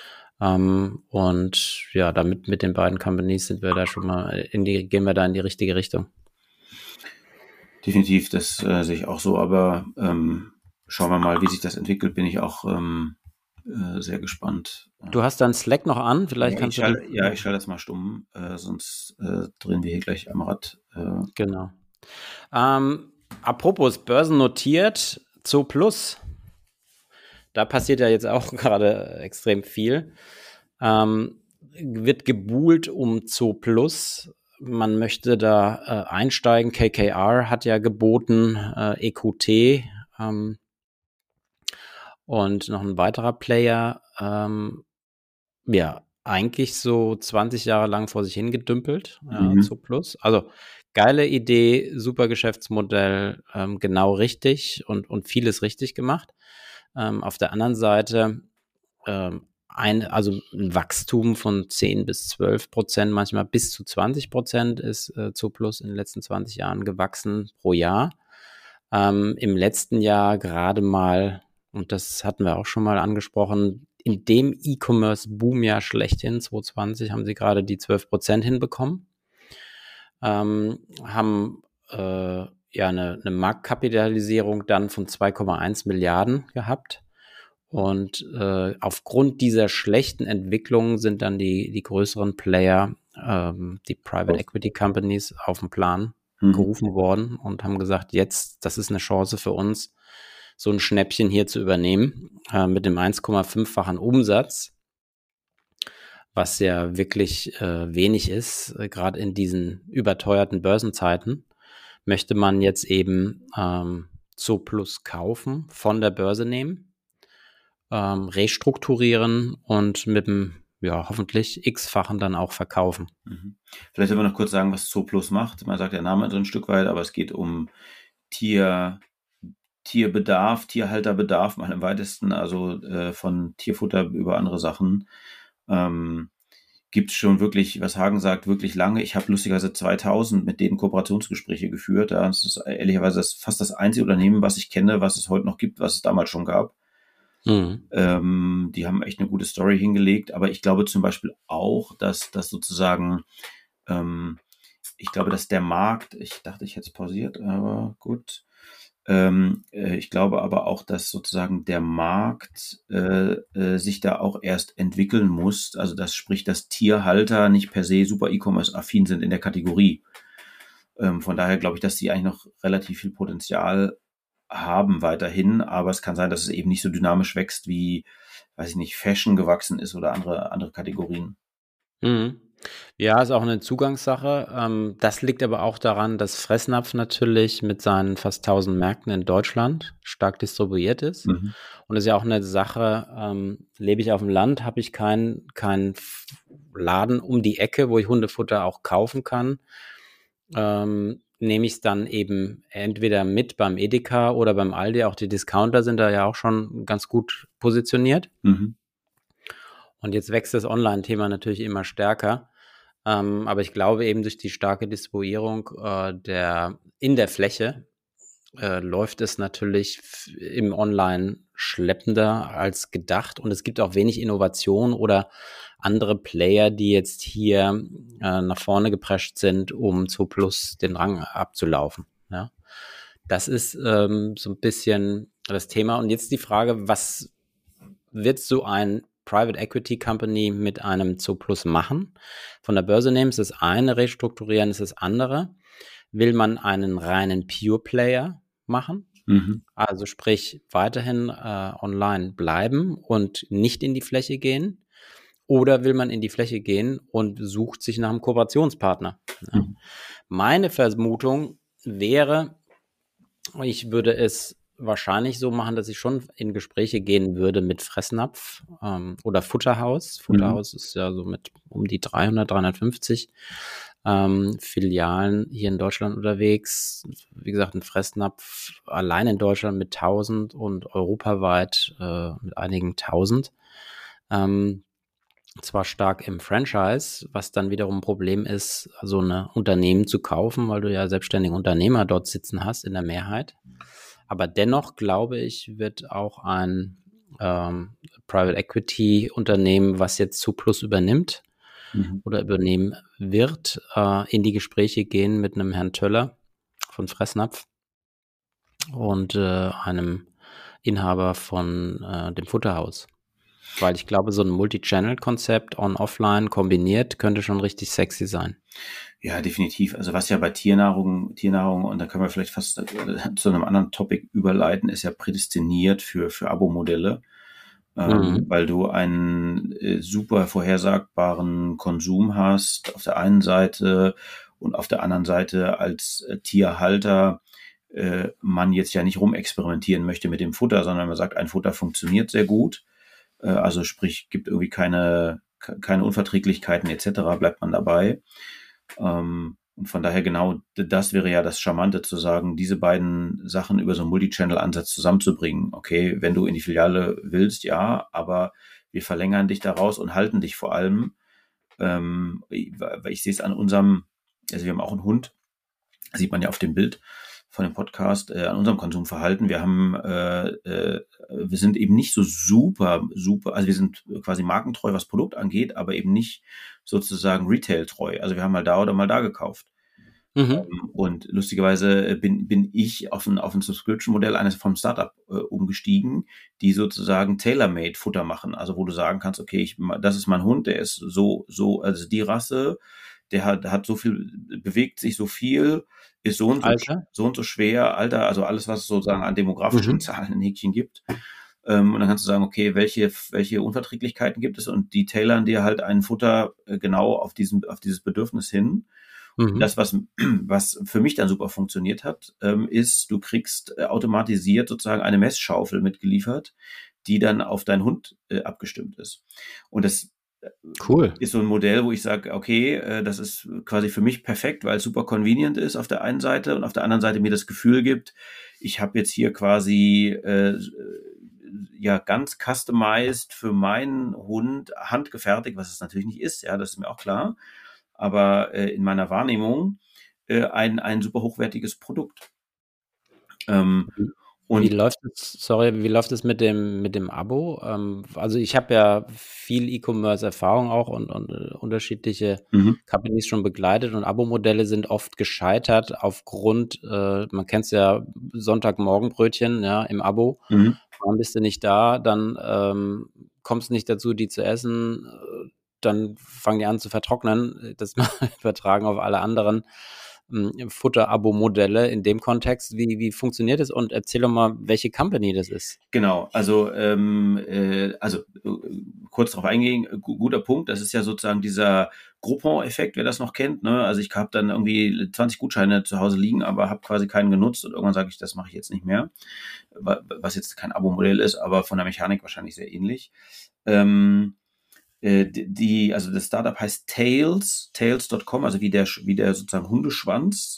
Und ja, damit mit den beiden Companies sind wir da schon mal gehen wir da in die richtige Richtung. Definitiv, das sehe ich auch so, aber schauen wir mal, wie sich das entwickelt, bin ich auch sehr gespannt. Du hast dann Slack noch an, vielleicht kannst du ich schalte das mal stumm, sonst drehen wir hier gleich am Rad. Genau. Apropos börsennotiert, Zooplus. Da passiert ja jetzt auch gerade extrem viel. Wird gebuhlt um Zooplus. Man möchte da einsteigen. KKR hat ja geboten, EQT und noch ein weiterer Player. Ja, eigentlich so 20 Jahre lang vor sich hingedümpelt, Zooplus. Also geile Idee, super Geschäftsmodell, genau richtig und vieles richtig gemacht. Auf der anderen Seite also ein Wachstum von 10-12%, manchmal bis zu 20% ist Zooplus in den letzten 20 Jahren gewachsen pro Jahr. Im letzten Jahr gerade mal, und das hatten wir auch schon mal angesprochen, in dem E-Commerce-Boom-Jahr schlechthin, 2020, haben sie gerade die 12% hinbekommen. Haben ja eine Marktkapitalisierung dann von 2,1 Milliarden gehabt. Und aufgrund dieser schlechten Entwicklung sind dann die größeren Player, die Private Equity Companies, auf den Plan gerufen worden und haben gesagt, jetzt, das ist eine Chance für uns, so ein Schnäppchen hier zu übernehmen, mit dem 1,5-fachen Umsatz, was ja wirklich wenig ist, gerade in diesen überteuerten Börsenzeiten, möchte man jetzt eben Zooplus kaufen, von der Börse nehmen, restrukturieren und mit dem hoffentlich x-fachen dann auch verkaufen. Vielleicht aber noch kurz sagen, was Zooplus macht. Man sagt der Name so ein Stück weit, aber es geht um Tierbedarf, Tierhalterbedarf mal im weitesten, also von Tierfutter über andere Sachen. Gibt es schon wirklich, was Hagen sagt, wirklich lange. Ich habe lustigerweise 2000 mit denen Kooperationsgespräche geführt. Das ist ehrlicherweise fast das einzige Unternehmen, was ich kenne, was es heute noch gibt, was es damals schon gab. Die haben echt eine gute Story hingelegt, aber ich glaube zum Beispiel auch, dass das sozusagen, ich glaube, dass der Markt, ich dachte, ich hätte es pausiert, aber gut. Ich glaube aber auch, dass sozusagen der Markt sich da auch erst entwickeln muss. Also das spricht, dass Tierhalter nicht per se super E-Commerce-affin sind in der Kategorie. Von daher glaube ich, dass die eigentlich noch relativ viel Potenzial haben weiterhin, aber es kann sein, dass es eben nicht so dynamisch wächst, wie, weiß ich nicht, Fashion gewachsen ist oder andere Kategorien. Ja, ist auch eine Zugangssache. Das liegt aber auch daran, dass Fressnapf natürlich mit seinen fast 1000 Märkten in Deutschland stark distribuiert ist. Und das ist ja auch eine Sache, lebe ich auf dem Land, habe ich keinen Laden um die Ecke, wo ich Hundefutter auch kaufen kann. Nehme ich es dann eben entweder mit beim Edeka oder beim Aldi. Auch die Discounter sind da ja auch schon ganz gut positioniert. Und jetzt wächst das Online-Thema natürlich immer stärker. Aber ich glaube eben durch die starke Distribuierung in der Fläche läuft es natürlich im Online schleppender als gedacht. Und es gibt auch wenig Innovation oder andere Player, die jetzt hier nach vorne geprescht sind, um Zooplus den Rang abzulaufen. Ja? Das ist so ein bisschen das Thema. Und jetzt die Frage, was wird so ein Private Equity Company mit einem Zooplus machen? Von der Börse nehmen ist das eine, restrukturieren ist das andere. Will man einen reinen Pure Player machen? Also sprich weiterhin online bleiben und nicht in die Fläche gehen? Oder will man in die Fläche gehen und sucht sich nach einem Kooperationspartner? Ja. Meine Vermutung wäre, ich würde es wahrscheinlich so machen, dass ich schon in Gespräche gehen würde mit Fressnapf oder Futterhaus. Futterhaus ist ja so mit um die 300, 350 Filialen hier in Deutschland unterwegs. Wie gesagt, ein Fressnapf allein in Deutschland mit 1000 und europaweit mit einigen 1000. Zwar stark im Franchise, was dann wiederum ein Problem ist, so eine Unternehmen zu kaufen, weil du ja selbstständige Unternehmer dort sitzen hast in der Mehrheit. Aber dennoch, glaube ich, wird auch ein Private Equity Unternehmen, was jetzt Zooplus übernimmt oder übernehmen wird, in die Gespräche gehen mit einem Herrn Töller von Fressnapf und einem Inhaber von dem Futterhaus. Weil ich glaube, so ein Multi-Channel-Konzept on-offline kombiniert könnte schon richtig sexy sein. Ja, definitiv. Also was ja bei Tiernahrung, und da können wir vielleicht fast zu einem anderen Topic überleiten, ist ja prädestiniert für Abo-Modelle, weil du einen super vorhersagbaren Konsum hast auf der einen Seite und auf der anderen Seite als Tierhalter man jetzt ja nicht rumexperimentieren möchte mit dem Futter, sondern man sagt, ein Futter funktioniert sehr gut. Also sprich, gibt irgendwie keine Unverträglichkeiten etc., bleibt man dabei. Und von daher genau das wäre ja das Charmante zu sagen, diese beiden Sachen über so einen Multi-Channel-Ansatz zusammenzubringen. Okay, wenn du in die Filiale willst, ja, aber wir verlängern dich daraus und halten dich vor allem. Ich sehe es an unserem, also wir haben auch einen Hund, sieht man ja auf dem Bild von dem Podcast, an unserem Konsumverhalten. Wir sind eben nicht so super, also wir sind quasi markentreu, was Produkt angeht, aber eben nicht sozusagen retail-treu. Also wir haben mal da oder mal da gekauft. Und lustigerweise bin ich auf ein Subscription-Modell eines vom Startup umgestiegen, die sozusagen tailor-made Futter machen. Also wo du sagen kannst, okay, das ist mein Hund, der ist so, also die Rasse, der hat so viel, bewegt sich so viel, ist so und so schwer, Alter, also alles, was es sozusagen an demografischen Zahlen in Häkchen gibt. Und dann kannst du sagen, okay, welche Unverträglichkeiten gibt es? Und die tailern dir halt ein Futter genau auf dieses Bedürfnis hin. Das, was für mich dann super funktioniert hat, ist, du kriegst automatisiert sozusagen eine Messschaufel mitgeliefert, die dann auf deinen Hund abgestimmt ist. Und das ist so ein Modell, wo ich sage, okay, das ist quasi für mich perfekt, weil es super convenient ist auf der einen Seite und auf der anderen Seite mir das Gefühl gibt, ich habe jetzt hier quasi ganz customized für meinen Hund handgefertigt, was es natürlich nicht ist, ja, das ist mir auch klar, aber in meiner Wahrnehmung ein super hochwertiges Produkt. Und wie läuft es mit dem Abo? Also ich habe ja viel E-Commerce-Erfahrung auch und unterschiedliche Companies schon begleitet und Abo-Modelle sind oft gescheitert aufgrund, man kennt es ja, Sonntagmorgenbrötchen, ja, im Abo. Dann bist du nicht da, dann kommst du nicht dazu, die zu essen, dann fangen die an zu vertrocknen, das mal übertragen auf alle anderen Futter-Abo-Modelle in dem Kontext. Wie funktioniert das? Und erzähl doch mal, welche Company das ist. Genau, also kurz darauf eingehen, guter Punkt. Das ist ja sozusagen dieser Groupon-Effekt, wer das noch kennt. Ne? Also ich habe dann irgendwie 20 Gutscheine zu Hause liegen, aber habe quasi keinen genutzt und irgendwann sage ich, das mache ich jetzt nicht mehr. Was jetzt kein Abo-Modell ist, aber von der Mechanik wahrscheinlich sehr ähnlich. Also das Startup heißt Tails.com, also wie der sozusagen Hundeschwanz.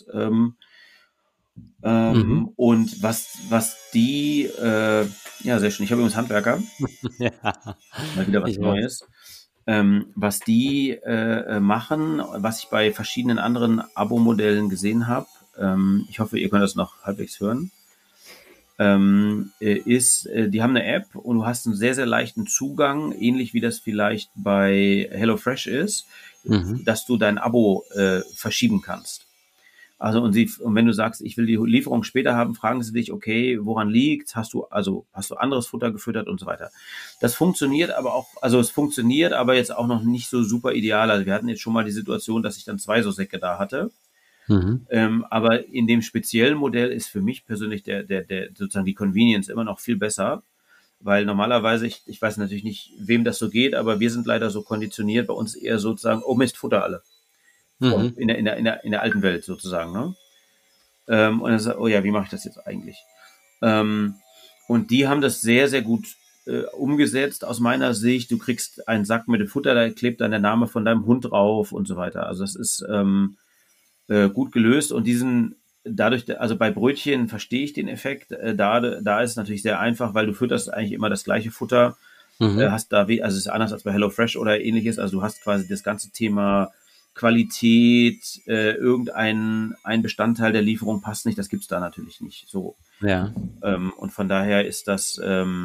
Und was die, ja, sehr schön, ich habe übrigens Handwerker, ja, mal wieder was Neues. Was die machen, was ich bei verschiedenen anderen Abo-Modellen gesehen habe, ich hoffe, ihr könnt das noch halbwegs hören, die haben eine App und du hast einen sehr, sehr leichten Zugang, ähnlich wie das vielleicht bei HelloFresh ist, dass du dein Abo verschieben kannst. Also und wenn du sagst, ich will die Lieferung später haben, fragen sie dich, okay, woran liegt's? Hast du anderes Futter gefüttert und so weiter. Das funktioniert aber auch, also es funktioniert aber jetzt auch noch nicht so super ideal. Also wir hatten jetzt schon mal die Situation, dass ich dann 2 so Säcke da hatte. Aber in dem speziellen Modell ist für mich persönlich der sozusagen die Convenience immer noch viel besser. Weil normalerweise, ich weiß natürlich nicht, wem das so geht, aber wir sind leider so konditioniert, bei uns eher sozusagen, oh Mist, Futter alle. In der alten Welt sozusagen. Ne? Und dann sagt, oh ja, wie mache ich das jetzt eigentlich? Und die haben das sehr, sehr gut umgesetzt aus meiner Sicht. Du kriegst einen Sack mit dem Futter, da klebt dann der Name von deinem Hund drauf und so weiter. Also das ist gut gelöst und dadurch, also bei Brötchen verstehe ich den Effekt, da ist es natürlich sehr einfach, weil du fütterst eigentlich immer das gleiche Futter, hast da, also es ist anders als bei HelloFresh oder ähnliches, also du hast quasi das ganze Thema Qualität, ein Bestandteil der Lieferung passt nicht, das gibt's da natürlich nicht, so. Ja. Und von daher ist das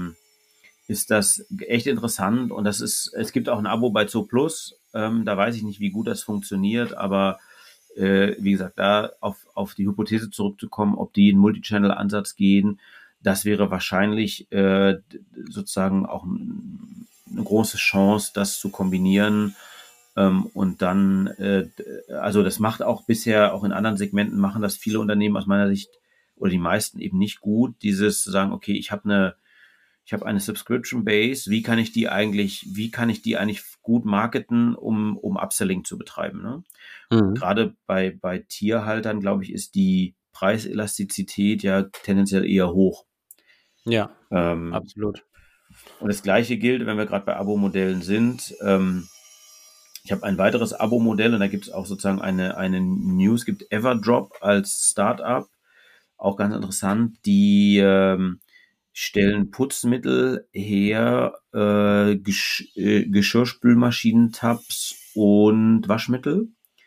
echt interessant und es gibt auch ein Abo bei Zooplus, da weiß ich nicht, wie gut das funktioniert, aber wie gesagt, da auf die Hypothese zurückzukommen, ob die einen Multichannel-Ansatz gehen, das wäre wahrscheinlich sozusagen auch eine große Chance, das zu kombinieren. Und dann, also das macht auch bisher, auch in anderen Segmenten machen das viele Unternehmen aus meiner Sicht oder die meisten eben nicht gut, dieses zu sagen, okay, ich habe eine Subscription Base, wie kann ich die eigentlich gut marketen, um Upselling zu betreiben, ne? Gerade bei Tierhaltern, glaube ich, ist die Preiselastizität ja tendenziell eher hoch. Ja, absolut. Und das Gleiche gilt, wenn wir gerade bei Abo-Modellen sind. Ich habe ein weiteres Abo-Modell und da gibt es auch sozusagen eine News, gibt Everdrop als Startup, auch ganz interessant, die stellen Putzmittel her, Geschirrspülmaschinen-Tabs und Waschmittel.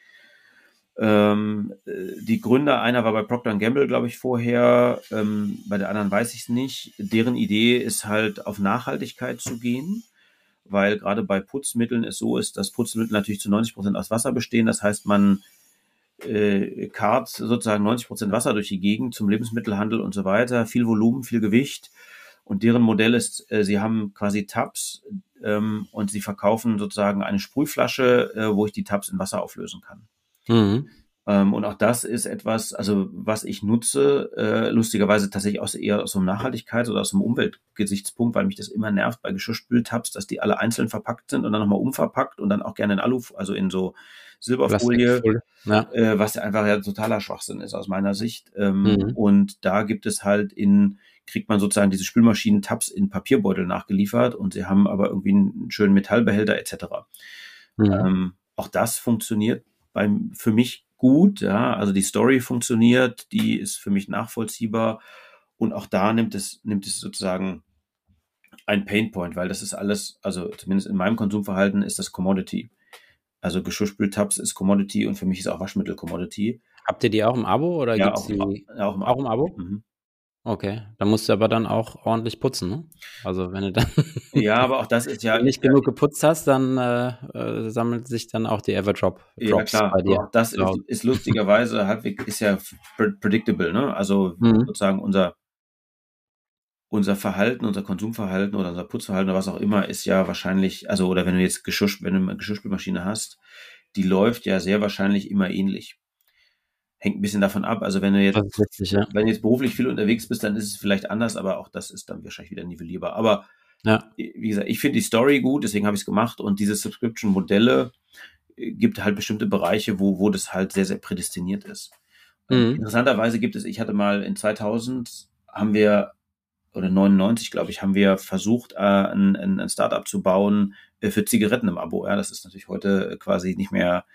Die Gründer, einer war bei Procter & Gamble, glaube ich, vorher, bei der anderen weiß ich es nicht. Deren Idee ist halt auf Nachhaltigkeit zu gehen, weil gerade bei Putzmitteln es so ist, dass Putzmittel natürlich zu 90% aus Wasser bestehen. Das heißt, man karrt sozusagen 90% Wasser durch die Gegend zum Lebensmittelhandel und so weiter. Viel Volumen, viel Gewicht. Und deren Modell ist, sie haben quasi Tabs und sie verkaufen sozusagen eine Sprühflasche, wo ich die Tabs in Wasser auflösen kann. Und auch das ist etwas, also was ich nutze, lustigerweise tatsächlich eher aus so einem Nachhaltigkeits- oder aus so einem Umweltgesichtspunkt, weil mich das immer nervt bei Geschirrspültabs, dass die alle einzeln verpackt sind und dann nochmal umverpackt und dann auch gerne in also in so Silberfolie, was ja einfach ja totaler Schwachsinn ist aus meiner Sicht. Und da gibt es halt kriegt man sozusagen diese Spülmaschinen-Tabs in Papierbeutel nachgeliefert und sie haben aber irgendwie einen schönen Metallbehälter etc. Auch das funktioniert für mich gut, ja, also die Story funktioniert, die ist für mich nachvollziehbar und auch da nimmt es sozusagen ein Painpoint, weil das ist alles, also zumindest in meinem Konsumverhalten ist das Commodity. Also Geschirrspültabs ist Commodity und für mich ist auch Waschmittel Commodity. Habt ihr die auch im Abo oder ja, gibt's die auch im Abo? Okay, da musst du aber dann auch ordentlich putzen, ne? Also wenn du dann ja, aber auch das ist ja nicht genug geputzt hast, dann sammelt sich dann auch die Everdrop Drops bei dir. Auch das ist lustigerweise halbwegs ist ja predictable, ne? Also sozusagen unser Verhalten, unser Konsumverhalten oder unser Putzverhalten oder was auch immer ist ja wahrscheinlich, also oder wenn du jetzt wenn du eine Geschirrspülmaschine hast, die läuft ja sehr wahrscheinlich immer ähnlich. Hängt ein bisschen davon ab. Also wenn du jetzt, wenn du jetzt beruflich viel unterwegs bist, dann ist es vielleicht anders, aber auch das ist dann wahrscheinlich wieder nivellierbar. Aber wie gesagt, ich finde die Story gut, deswegen habe ich es gemacht und diese Subscription-Modelle gibt halt bestimmte Bereiche, wo das halt sehr, sehr prädestiniert ist. Interessanterweise ich hatte mal in 2000 oder 99, glaube ich, haben wir versucht, ein Startup zu bauen für Zigaretten im Abo. Ja, das ist natürlich heute quasi nicht mehr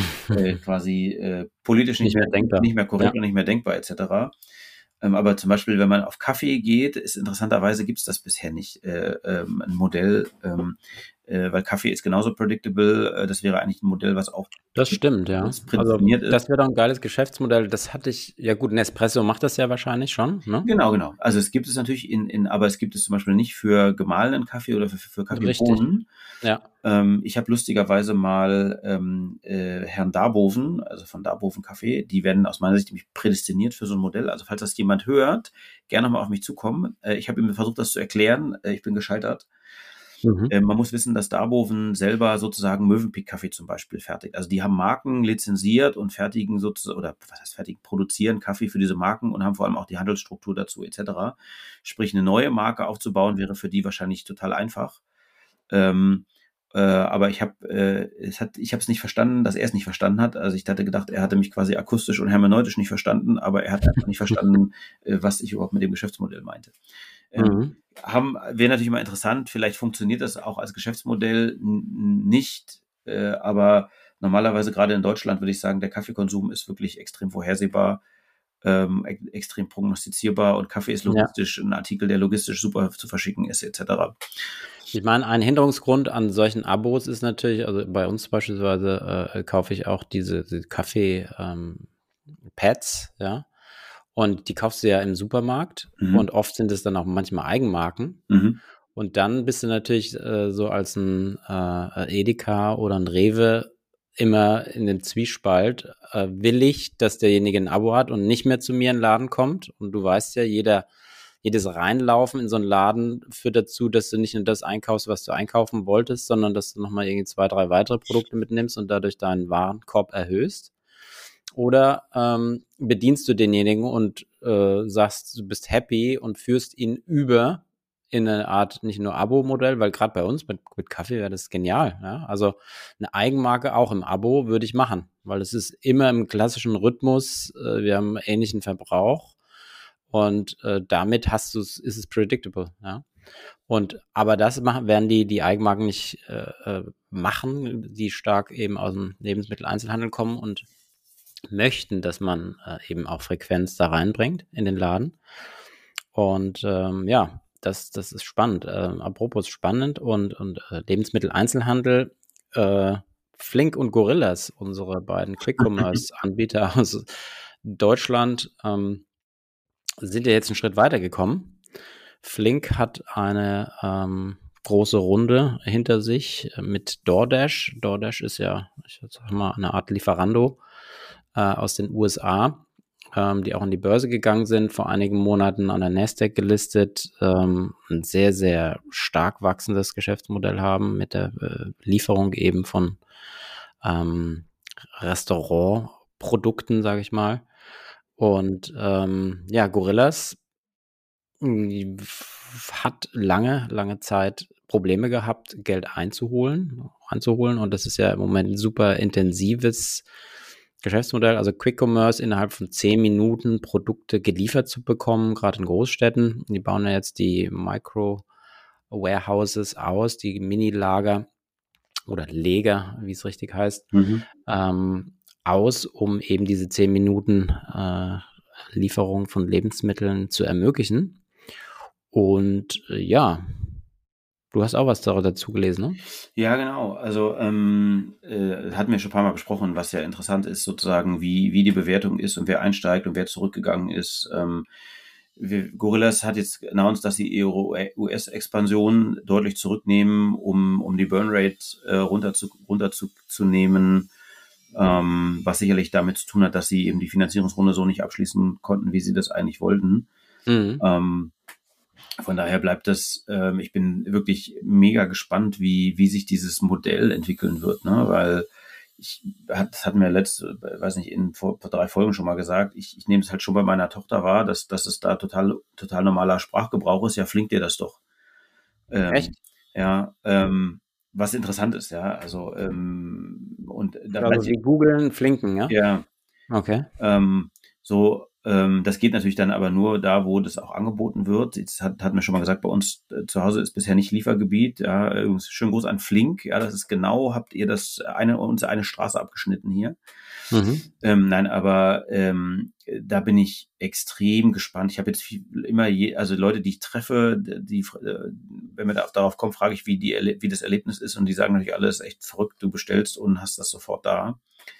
politisch nicht mehr korrekt und nicht mehr denkbar etc. Aber zum Beispiel, wenn man auf Kaffee geht, ist interessanterweise gibt es das bisher nicht, ein Modell. weil Kaffee ist genauso predictable. Das wäre eigentlich ein Modell, was auch Das stimmt, ja. Also prädestiniert ist. das wäre doch ein geiles Geschäftsmodell. Das hatte ich, ja gut, Nespresso macht das ja wahrscheinlich schon, ne? Genau. Also es gibt es natürlich aber es gibt es zum Beispiel nicht für gemahlenen Kaffee oder für Kaffeebohnen. Ja. Ich habe lustigerweise mal Herrn Darboven, also von Darboven Kaffee, die werden aus meiner Sicht nämlich prädestiniert für so ein Modell. Also falls das jemand hört, gerne mal auf mich zukommen. Ich habe ihm versucht, das zu erklären. Ich bin gescheitert. Man muss wissen, dass Darboven selber sozusagen Mövenpick-Kaffee zum Beispiel fertigt. Also die haben Marken lizenziert und fertigen sozusagen, oder was heißt fertigen, produzieren Kaffee für diese Marken und haben vor allem auch die Handelsstruktur dazu etc. Sprich, eine neue Marke aufzubauen, wäre für die wahrscheinlich total einfach. Aber ich habe es nicht verstanden, dass er es nicht verstanden hat. Also ich hatte gedacht, er hatte mich quasi akustisch und hermeneutisch nicht verstanden, aber er hat einfach nicht verstanden, was ich überhaupt mit dem Geschäftsmodell meinte. Wäre natürlich immer interessant, vielleicht funktioniert das auch als Geschäftsmodell nicht, aber normalerweise gerade in Deutschland würde ich sagen, der Kaffeekonsum ist wirklich extrem vorhersehbar, extrem prognostizierbar und Kaffee ist logistisch ein Artikel, der logistisch super zu verschicken ist, etc. Ich meine, ein Hinderungsgrund an solchen Abos ist natürlich, also bei uns beispielsweise kaufe ich auch diese Kaffee-Pads, ja, und die kaufst du ja im Supermarkt und oft sind es dann auch manchmal Eigenmarken. Und dann bist du natürlich so als ein Edeka oder ein Rewe immer in dem Zwiespalt, will ich, dass derjenige ein Abo hat und nicht mehr zu mir in den Laden kommt. Und du weißt ja, jedes Reinlaufen in so einen Laden führt dazu, dass du nicht nur das einkaufst, was du einkaufen wolltest, sondern dass du nochmal irgendwie 2, 3 weitere Produkte mitnimmst und dadurch deinen Warenkorb erhöhst. Oder bedienst du denjenigen und sagst, du bist happy und führst ihn über in eine Art nicht nur Abo-Modell, weil gerade bei uns mit Kaffee wäre das genial. Ja? Also eine Eigenmarke auch im Abo würde ich machen, weil es ist immer im klassischen Rhythmus, wir haben einen ähnlichen Verbrauch und damit ist es predictable. Ja? Aber das werden die Eigenmarken nicht machen, die stark eben aus dem Lebensmitteleinzelhandel kommen und möchten, dass man eben auch Frequenz da reinbringt in den Laden. Und das ist spannend. Apropos spannend und Lebensmitteleinzelhandel, Flink und Gorillas, unsere beiden Quick-Commerce-Anbieter aus Deutschland, sind ja jetzt einen Schritt weiter gekommen. Flink hat eine große Runde hinter sich mit DoorDash. DoorDash ist ja, ich sag mal, eine Art Lieferando aus den USA, die auch an die Börse gegangen sind, vor einigen Monaten an der Nasdaq gelistet, ein sehr, sehr stark wachsendes Geschäftsmodell haben mit der Lieferung eben von Restaurantprodukten, sage ich mal. Und Gorillas hat lange Zeit Probleme gehabt, Geld einzuholen. Und das ist ja im Moment ein super intensives Geschäftsmodell, also Quick Commerce, innerhalb von 10 Minuten Produkte geliefert zu bekommen, gerade in Großstädten. Die bauen ja jetzt die Micro-Warehouses aus, die Mini-Lager oder Leger, wie es richtig heißt, aus, um eben diese 10 Minuten Lieferung von Lebensmitteln zu ermöglichen. Und du hast auch was dazu gelesen, ne? Ja, genau. Also hatten wir schon ein paar Mal besprochen, was ja interessant ist, sozusagen, wie die Bewertung ist und wer einsteigt und wer zurückgegangen ist. Gorillas hat jetzt announced, dass sie ihre US-Expansion deutlich zurücknehmen, um die Burnrate runterzunehmen, was sicherlich damit zu tun hat, dass sie eben die Finanzierungsrunde so nicht abschließen konnten, wie sie das eigentlich wollten. Von daher bleibt das, ich bin wirklich mega gespannt, wie sich dieses Modell entwickeln wird, ne? Weil das hatten wir vor 3 Folgen schon mal gesagt, ich nehme es halt schon bei meiner Tochter wahr, dass es da total normaler Sprachgebrauch ist. Ja, Flink dir das doch. Echt? Ja, was interessant ist, ja, also und da also wie googeln, flinken, ja? Ja. Okay. Das geht natürlich dann aber nur da, wo das auch angeboten wird. Jetzt hatten wir schon mal gesagt, bei uns zu Hause ist bisher nicht Liefergebiet. Ja, übrigens schön groß an Flink. Ja, das ist genau, habt ihr uns eine Straße abgeschnitten hier. Nein, aber da bin ich extrem gespannt. Ich habe jetzt also Leute, die ich treffe, wenn wir darauf kommen, frage ich, wie das Erlebnis ist, und die sagen natürlich alles echt verrückt. Du bestellst und hast das sofort da.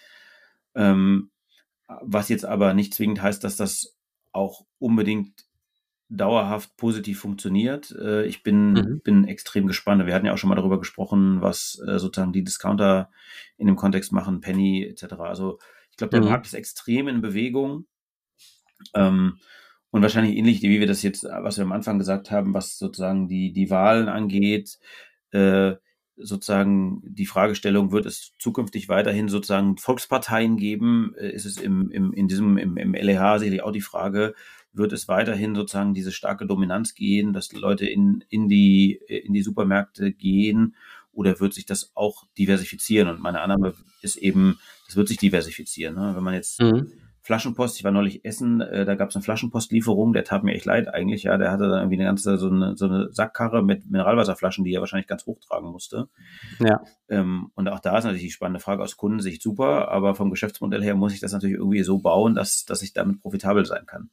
Was jetzt aber nicht zwingend heißt, dass das auch unbedingt dauerhaft positiv funktioniert. Ich bin extrem gespannt. Wir hatten ja auch schon mal darüber gesprochen, was sozusagen die Discounter in dem Kontext machen, Penny etc. Also ich glaube, der Markt ist extrem in Bewegung. Und wahrscheinlich ähnlich, wie wir das jetzt, was wir am Anfang gesagt haben, was sozusagen die Wahlen angeht, sozusagen die Fragestellung, wird es zukünftig weiterhin sozusagen Volksparteien geben? Ist es im LEH sicherlich auch die Frage, wird es weiterhin sozusagen diese starke Dominanz gehen, dass Leute in die Supermärkte gehen, oder wird sich das auch diversifizieren? Und meine Annahme ist eben, das wird sich diversifizieren. Ne? Wenn man jetzt Flaschenpost, ich war neulich essen, da gab es eine Flaschenpostlieferung, der tat mir echt leid eigentlich, ja, der hatte dann irgendwie so eine Sackkarre mit Mineralwasserflaschen, die er wahrscheinlich ganz hochtragen musste. Ja. Und auch da ist natürlich die spannende Frage, aus Kundensicht super, aber vom Geschäftsmodell her muss ich das natürlich irgendwie so bauen, dass ich damit profitabel sein kann.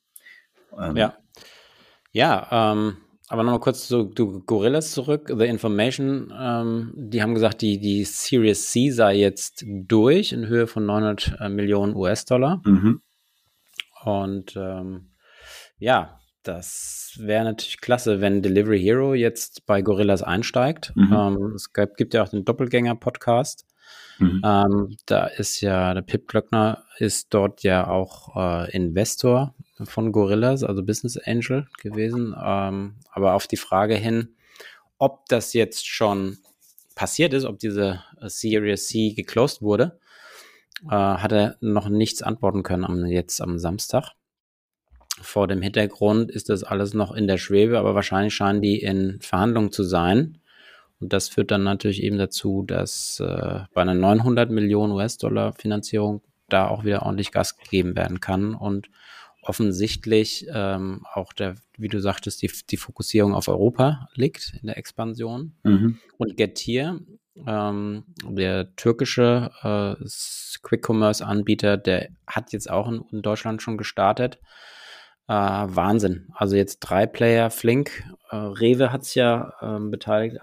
Aber nochmal kurz zu Gorillas zurück. The Information, die haben gesagt, die Series C sei jetzt durch in Höhe von 900 Millionen US-Dollar. Und das wäre natürlich klasse, wenn Delivery Hero jetzt bei Gorillas einsteigt. Es gibt ja auch den Doppelgänger-Podcast. Da ist ja, der Pip Glöckner ist dort ja auch Investor von Gorillas, also Business Angel gewesen. Aber auf die Frage hin, ob das jetzt schon passiert ist, ob diese Series C geclosed wurde, hat er noch nichts antworten können jetzt am Samstag. Vor dem Hintergrund ist das alles noch in der Schwebe, aber wahrscheinlich scheinen die in Verhandlungen zu sein. Und das führt dann natürlich eben dazu, dass bei einer 900 Millionen US-Dollar Finanzierung da auch wieder ordentlich Gas gegeben werden kann. Und offensichtlich auch wie du sagtest, die Fokussierung auf Europa liegt in der Expansion. Und Getir, der türkische Quick-Commerce-Anbieter, der hat jetzt auch in Deutschland schon gestartet. Wahnsinn. Also jetzt 3 Player, Flink. Rewe hat es ja beteiligt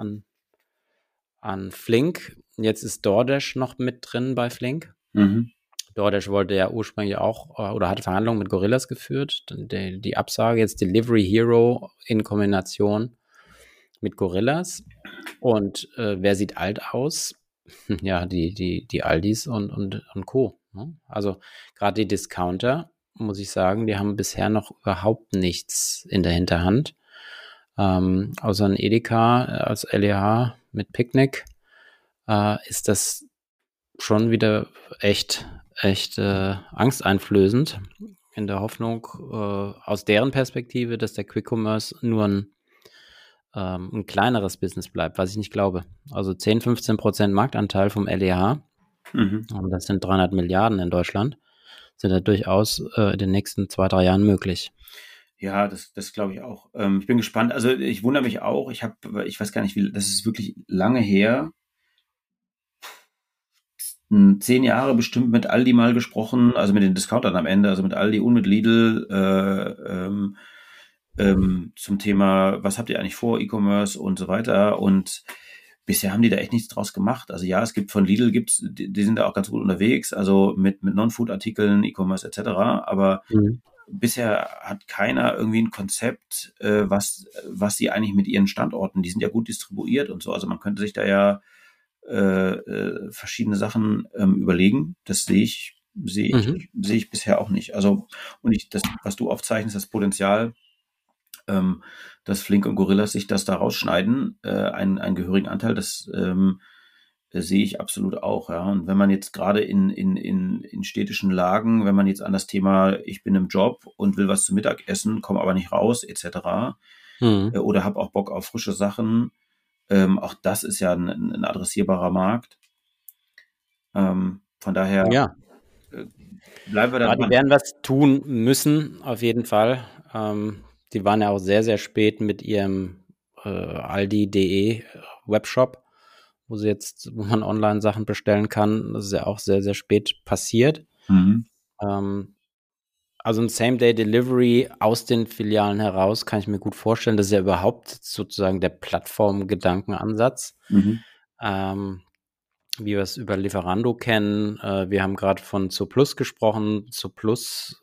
an Flink. Jetzt ist DoorDash noch mit drin bei Flink. DoorDash wollte ja ursprünglich auch oder hat Verhandlungen mit Gorillas geführt. Die Absage, jetzt Delivery Hero in Kombination mit Gorillas. Und wer sieht alt aus? Ja, die Aldis und Co. Ne? Also gerade die Discounter, muss ich sagen, die haben bisher noch überhaupt nichts in der Hinterhand. Außer ein Edeka als LEH mit Picknick ist das schon wieder echt angsteinflößend, in der Hoffnung aus deren Perspektive, dass der Quick Commerce nur ein kleineres Business bleibt, was ich nicht glaube. Also 10-15% Marktanteil vom LEH, und das sind 300 Milliarden in Deutschland, sind da durchaus in den nächsten 2-3 Jahren möglich. Ja, das glaube ich auch. Ich bin gespannt. Also ich wundere mich auch. Ich weiß gar nicht, das ist wirklich lange her. 10 Jahre bestimmt mit Aldi mal gesprochen, also mit den Discountern am Ende, also mit Aldi und mit Lidl zum Thema, was habt ihr eigentlich vor, E-Commerce und so weiter. Und bisher haben die da echt nichts draus gemacht. Also ja, es gibt von Lidl, die sind da auch ganz gut unterwegs, also mit Non-Food-Artikeln, E-Commerce etc. Aber bisher hat keiner irgendwie ein Konzept, was sie eigentlich mit ihren Standorten, die sind ja gut distribuiert und so. Also man könnte sich da ja verschiedene Sachen überlegen. Das sehe ich bisher auch nicht. Also, und das, was du aufzeichnest, das Potenzial, dass Flink und Gorillas sich das da rausschneiden, einen gehörigen Anteil, das sehe ich absolut auch. Ja. Und wenn man jetzt gerade in städtischen Lagen, wenn man jetzt an das Thema, ich bin im Job und will was zum Mittagessen, komme aber nicht raus, etc. Oder habe auch Bock auf frische Sachen, auch das ist ja ein adressierbarer Markt. Von daher bleiben wir da Ja, die dran. werden was tun müssen, auf jeden Fall. Die waren ja auch sehr, sehr spät mit ihrem Aldi.de Webshop, wo man online Sachen bestellen kann. Das ist ja auch sehr, sehr spät passiert. Also ein Same-Day-Delivery aus den Filialen heraus kann ich mir gut vorstellen. Das ist ja überhaupt sozusagen der Plattform-Gedankenansatz. Wie wir es über Lieferando kennen. Wir haben gerade von Zooplus gesprochen. Zooplus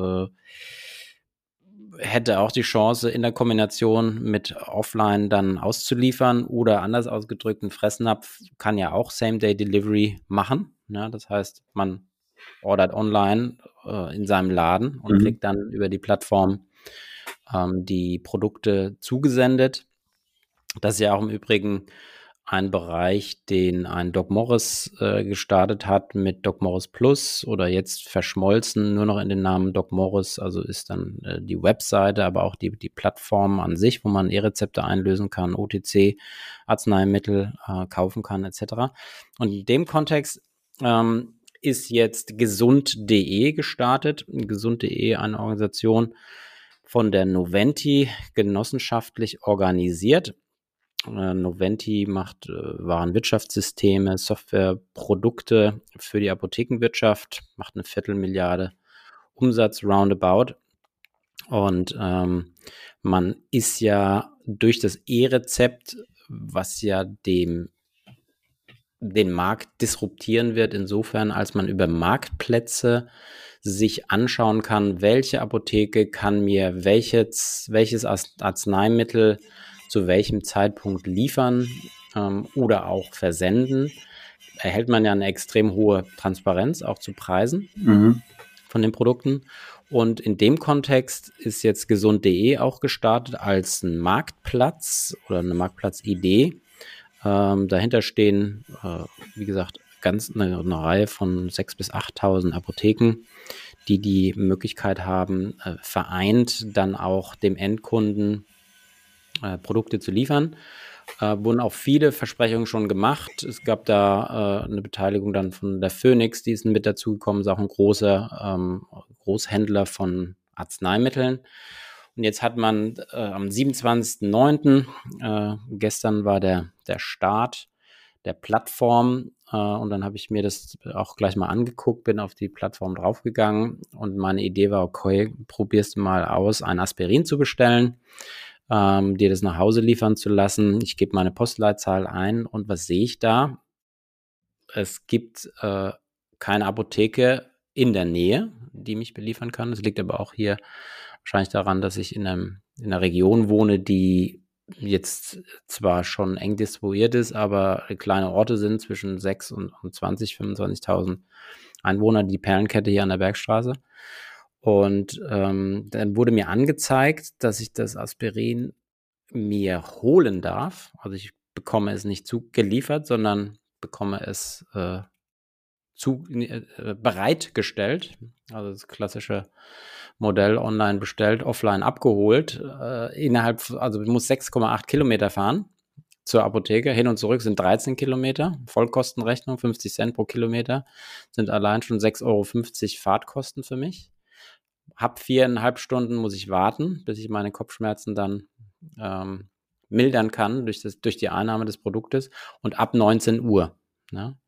hätte auch die Chance, in der Kombination mit Offline dann auszuliefern oder anders ausgedrückt, ein Fressnapf kann ja auch Same-Day-Delivery machen. Ja, das heißt, man ordert online in seinem Laden und kriegt dann über die Plattform die Produkte zugesendet. Das ist ja auch im Übrigen ein Bereich, den ein Doc Morris gestartet hat mit Doc Morris Plus oder jetzt verschmolzen, nur noch in den Namen Doc Morris. Also ist dann die Webseite, aber auch die Plattform an sich, wo man E-Rezepte einlösen kann, OTC, Arzneimittel kaufen kann etc. Und in dem Kontext ist jetzt gesund.de gestartet. Gesund.de, eine Organisation von der Noventi, genossenschaftlich organisiert. Noventi macht Warenwirtschaftssysteme, Softwareprodukte für die Apothekenwirtschaft, macht 250 Umsatz roundabout. Und man ist ja durch das E-Rezept, was ja den Markt disruptieren wird, insofern, als man über Marktplätze sich anschauen kann, welche Apotheke kann mir welches Arzneimittel zu welchem Zeitpunkt liefern oder auch versenden, erhält man ja eine extrem hohe Transparenz, auch zu Preisen von den Produkten. Und in dem Kontext ist jetzt gesund.de auch gestartet als ein Marktplatz oder eine Marktplatzidee. Dahinter stehen, wie gesagt, eine Reihe von 6.000 bis 8.000 Apotheken, die Möglichkeit haben, vereint dann auch dem Endkunden Produkte zu liefern. Wurden auch viele Versprechungen schon gemacht. Es gab da eine Beteiligung dann von der Phoenix, die ist mit dazugekommen, ist auch ein großer Großhändler von Arzneimitteln. Und jetzt hat man am 27.09., gestern war der Start der Plattform und dann habe ich mir das auch gleich mal angeguckt, bin auf die Plattform draufgegangen und meine Idee war, okay, probierst du mal aus, ein Aspirin zu bestellen, dir das nach Hause liefern zu lassen. Ich gebe meine Postleitzahl ein und was sehe ich da? Es gibt keine Apotheke in der Nähe, die mich beliefern kann. Das liegt aber auch hier wahrscheinlich daran, dass ich in einer Region wohne, die jetzt zwar schon eng distribuiert ist, aber kleine Orte sind zwischen 6 und 25.000 Einwohner, die Perlenkette hier an der Bergstraße. Und dann wurde mir angezeigt, dass ich das Aspirin mir holen darf. Also ich bekomme es nicht zugeliefert, sondern bekomme es bereitgestellt. Also das klassische Modell online bestellt, offline abgeholt. Also ich muss 6,8 Kilometer fahren zur Apotheke. Hin und zurück sind 13 Kilometer. Vollkostenrechnung, 50 Cent pro Kilometer, sind allein schon 6,50 Euro Fahrtkosten für mich. Hab 4,5 Stunden, muss ich warten, bis ich meine Kopfschmerzen dann mildern kann durch die Einnahme des Produktes und ab 19 Uhr. Ne?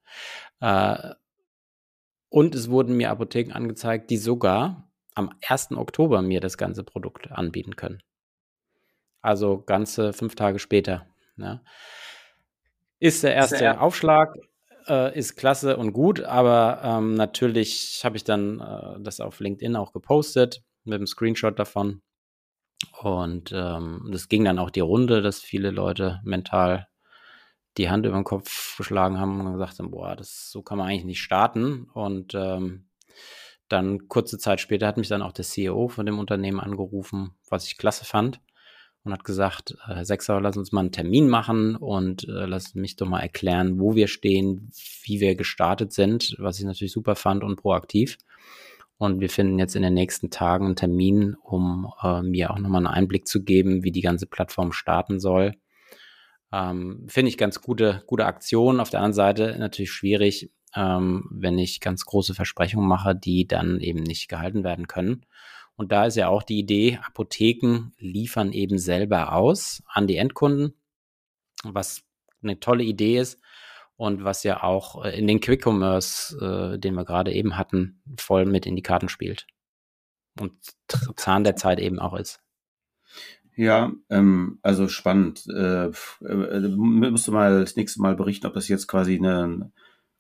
Und es wurden mir Apotheken angezeigt, die sogar am 1. Oktober mir das ganze Produkt anbieten können. Also ganze 5 Tage später. Ne? Ist der erste Aufschlag, ist klasse und gut, aber natürlich habe ich dann das auf LinkedIn auch gepostet mit einem Screenshot davon. Und das ging dann auch die Runde, dass viele Leute mental die Hand über den Kopf geschlagen haben und gesagt haben, boah, so kann man eigentlich nicht starten. Und dann kurze Zeit später hat mich dann auch der CEO von dem Unternehmen angerufen, was ich klasse fand, und hat gesagt, Herr Sechsauer, lass uns mal einen Termin machen und lass mich doch mal erklären, wo wir stehen, wie wir gestartet sind, was ich natürlich super fand und proaktiv. Und wir finden jetzt in den nächsten Tagen einen Termin, um mir auch nochmal einen Einblick zu geben, wie die ganze Plattform starten soll. Finde ich ganz gute Aktion. Auf der anderen Seite natürlich schwierig, wenn ich ganz große Versprechungen mache, die dann eben nicht gehalten werden können. Und da ist ja auch die Idee, Apotheken liefern eben selber aus an die Endkunden, was eine tolle Idee ist und was ja auch in den Quick-Commerce, den wir gerade eben hatten, voll mit in die Karten spielt und Zahn der Zeit eben auch ist. Ja, also spannend. Musst du mal das nächste Mal berichten, ob das jetzt quasi eine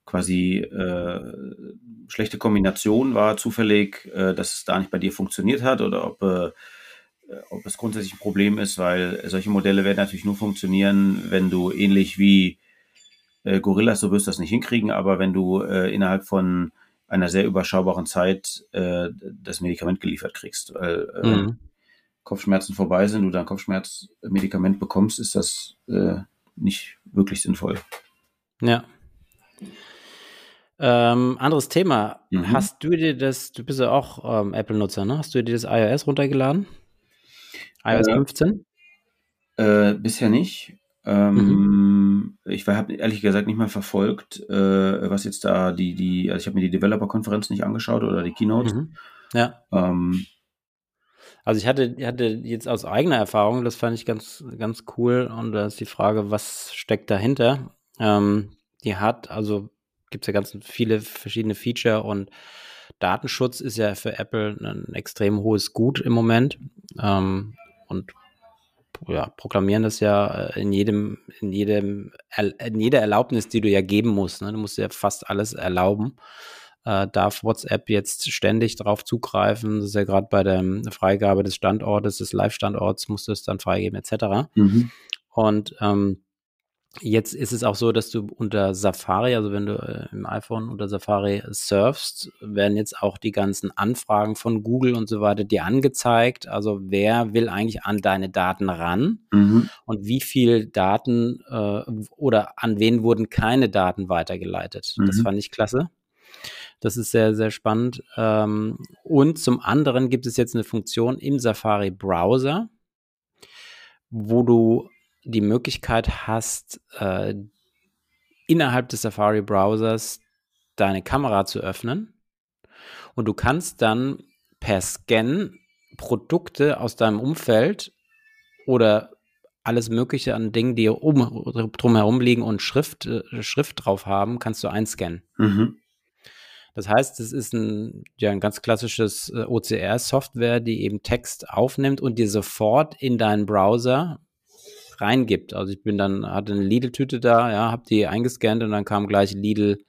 schlechte Kombination war, zufällig, dass es da nicht bei dir funktioniert hat oder ob es grundsätzlich ein Problem ist, weil solche Modelle werden natürlich nur funktionieren, wenn du ähnlich wie Gorillas, so wirst du das nicht hinkriegen, aber wenn du innerhalb von einer sehr überschaubaren Zeit das Medikament geliefert kriegst. Weil Kopfschmerzen vorbei sind, du dann Kopfschmerzmedikament bekommst, ist das nicht wirklich sinnvoll. Ja. Anderes Thema. Hast du dir du bist ja auch Apple-Nutzer, ne? Hast du dir das iOS runtergeladen? iOS 15? Bisher nicht. Ich habe ehrlich gesagt nicht mal verfolgt, was jetzt da also ich habe mir die Developer-Konferenz nicht angeschaut oder die Keynote. Ja. Also ich hatte jetzt aus eigener Erfahrung, das fand ich ganz, ganz cool, und da ist die Frage, was steckt dahinter? Gibt es ja ganz viele verschiedene Feature, und Datenschutz ist ja für Apple ein extrem hohes Gut im Moment, und proklamieren das ja in jeder Erlaubnis, die du ja geben musst, ne? Du musst ja fast alles erlauben. Darf WhatsApp jetzt ständig darauf zugreifen? Das ist ja gerade bei der Freigabe des Standortes, des Live-Standorts, musst du es dann freigeben, etc. Und jetzt ist es auch so, dass du unter Safari, also wenn du im iPhone unter Safari surfst, werden jetzt auch die ganzen Anfragen von Google und so weiter dir angezeigt. Also wer will eigentlich an deine Daten ran und wie viel Daten oder an wen wurden keine Daten weitergeleitet. Das fand ich klasse. Das ist sehr, sehr spannend. Und zum anderen gibt es jetzt eine Funktion im Safari-Browser, wo du die Möglichkeit hast, innerhalb des Safari-Browsers deine Kamera zu öffnen, und du kannst dann per Scan Produkte aus deinem Umfeld oder alles Mögliche an Dingen, die drumherum liegen und Schrift drauf haben, kannst du einscannen. Das heißt, es ist ein ganz klassisches OCR-Software, die eben Text aufnimmt und dir sofort in deinen Browser reingibt. Also ich hatte eine Lidl-Tüte da, ja, habe die eingescannt und dann kam gleich Lidl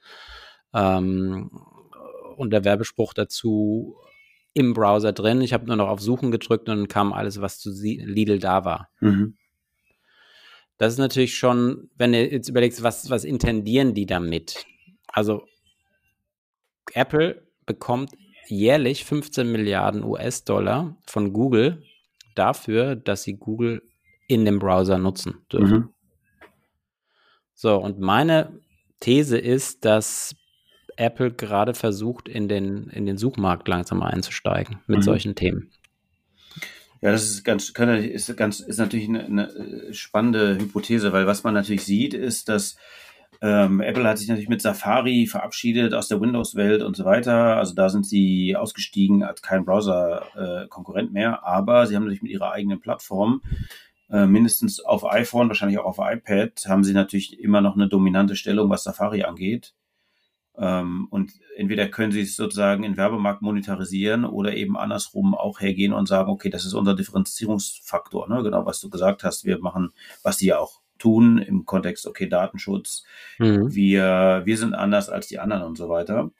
und der Werbespruch dazu im Browser drin. Ich habe nur noch auf Suchen gedrückt und dann kam alles, was zu Lidl da war. Das ist natürlich schon, wenn du jetzt überlegst, was intendieren die damit? Also Apple bekommt jährlich 15 Milliarden US-Dollar von Google dafür, dass sie Google in dem Browser nutzen dürfen. So, und meine These ist, dass Apple gerade versucht, in den Suchmarkt langsam einzusteigen mit solchen Themen. Ja, das ist natürlich eine spannende Hypothese, weil was man natürlich sieht, ist, dass Apple hat sich natürlich mit Safari verabschiedet aus der Windows-Welt und so weiter. Also da sind sie ausgestiegen als kein Browser-Konkurrent mehr, aber sie haben natürlich mit ihrer eigenen Plattform mindestens auf iPhone, wahrscheinlich auch auf iPad, haben sie natürlich immer noch eine dominante Stellung, was Safari angeht. Und entweder können sie es sozusagen in Werbemarkt monetarisieren oder eben andersrum auch hergehen und sagen, okay, das ist unser Differenzierungsfaktor, ne? Genau, was du gesagt hast. Wir machen, was die ja auch tun im Kontext, okay, Datenschutz. Wir sind anders als die anderen und so weiter.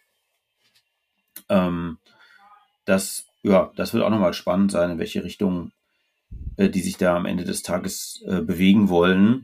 Das wird auch nochmal spannend sein, in welche Richtung die sich da am Ende des Tages bewegen wollen.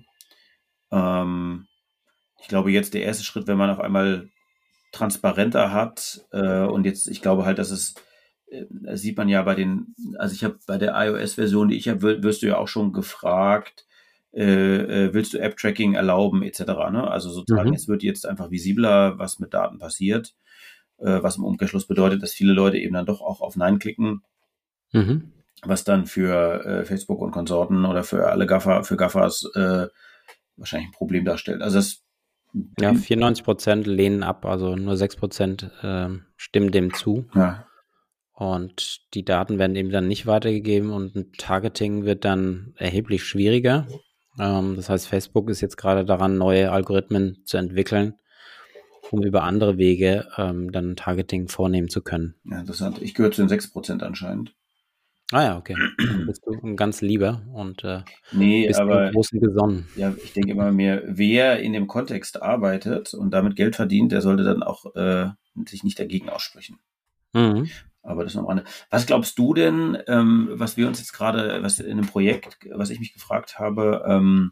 Ich glaube, jetzt der erste Schritt, wenn man auf einmal transparenter hat und jetzt, ich glaube halt, dass das sieht man ja ich habe bei der iOS-Version, die ich habe, wirst du ja auch schon gefragt, willst du App-Tracking erlauben, etc. Ne? Also sozusagen, es wird jetzt einfach visibler, was mit Daten passiert, was im Umkehrschluss bedeutet, dass viele Leute eben dann doch auch auf Nein klicken, was dann für Facebook und Konsorten oder für alle GAFAs wahrscheinlich ein Problem darstellt. Also das Ja, 94% lehnen ab, also nur 6% stimmen dem zu. Ja. Und die Daten werden eben dann nicht weitergegeben und ein Targeting wird dann erheblich schwieriger. Das heißt, Facebook ist jetzt gerade daran, neue Algorithmen zu entwickeln, um über andere Wege dann Targeting vornehmen zu können. Ja, interessant. Ich gehöre zu den 6% anscheinend. Ah ja, okay. Dann bist du ein ganz Lieber und bist aber dem Großen gesonnen. Ja, ich denke immer mehr, wer in dem Kontext arbeitet und damit Geld verdient, der sollte dann auch sich nicht dagegen aussprechen. Mhm. Aber das noch eine. Was glaubst du denn, was wir uns jetzt gerade, was in einem Projekt, was ich mich gefragt habe,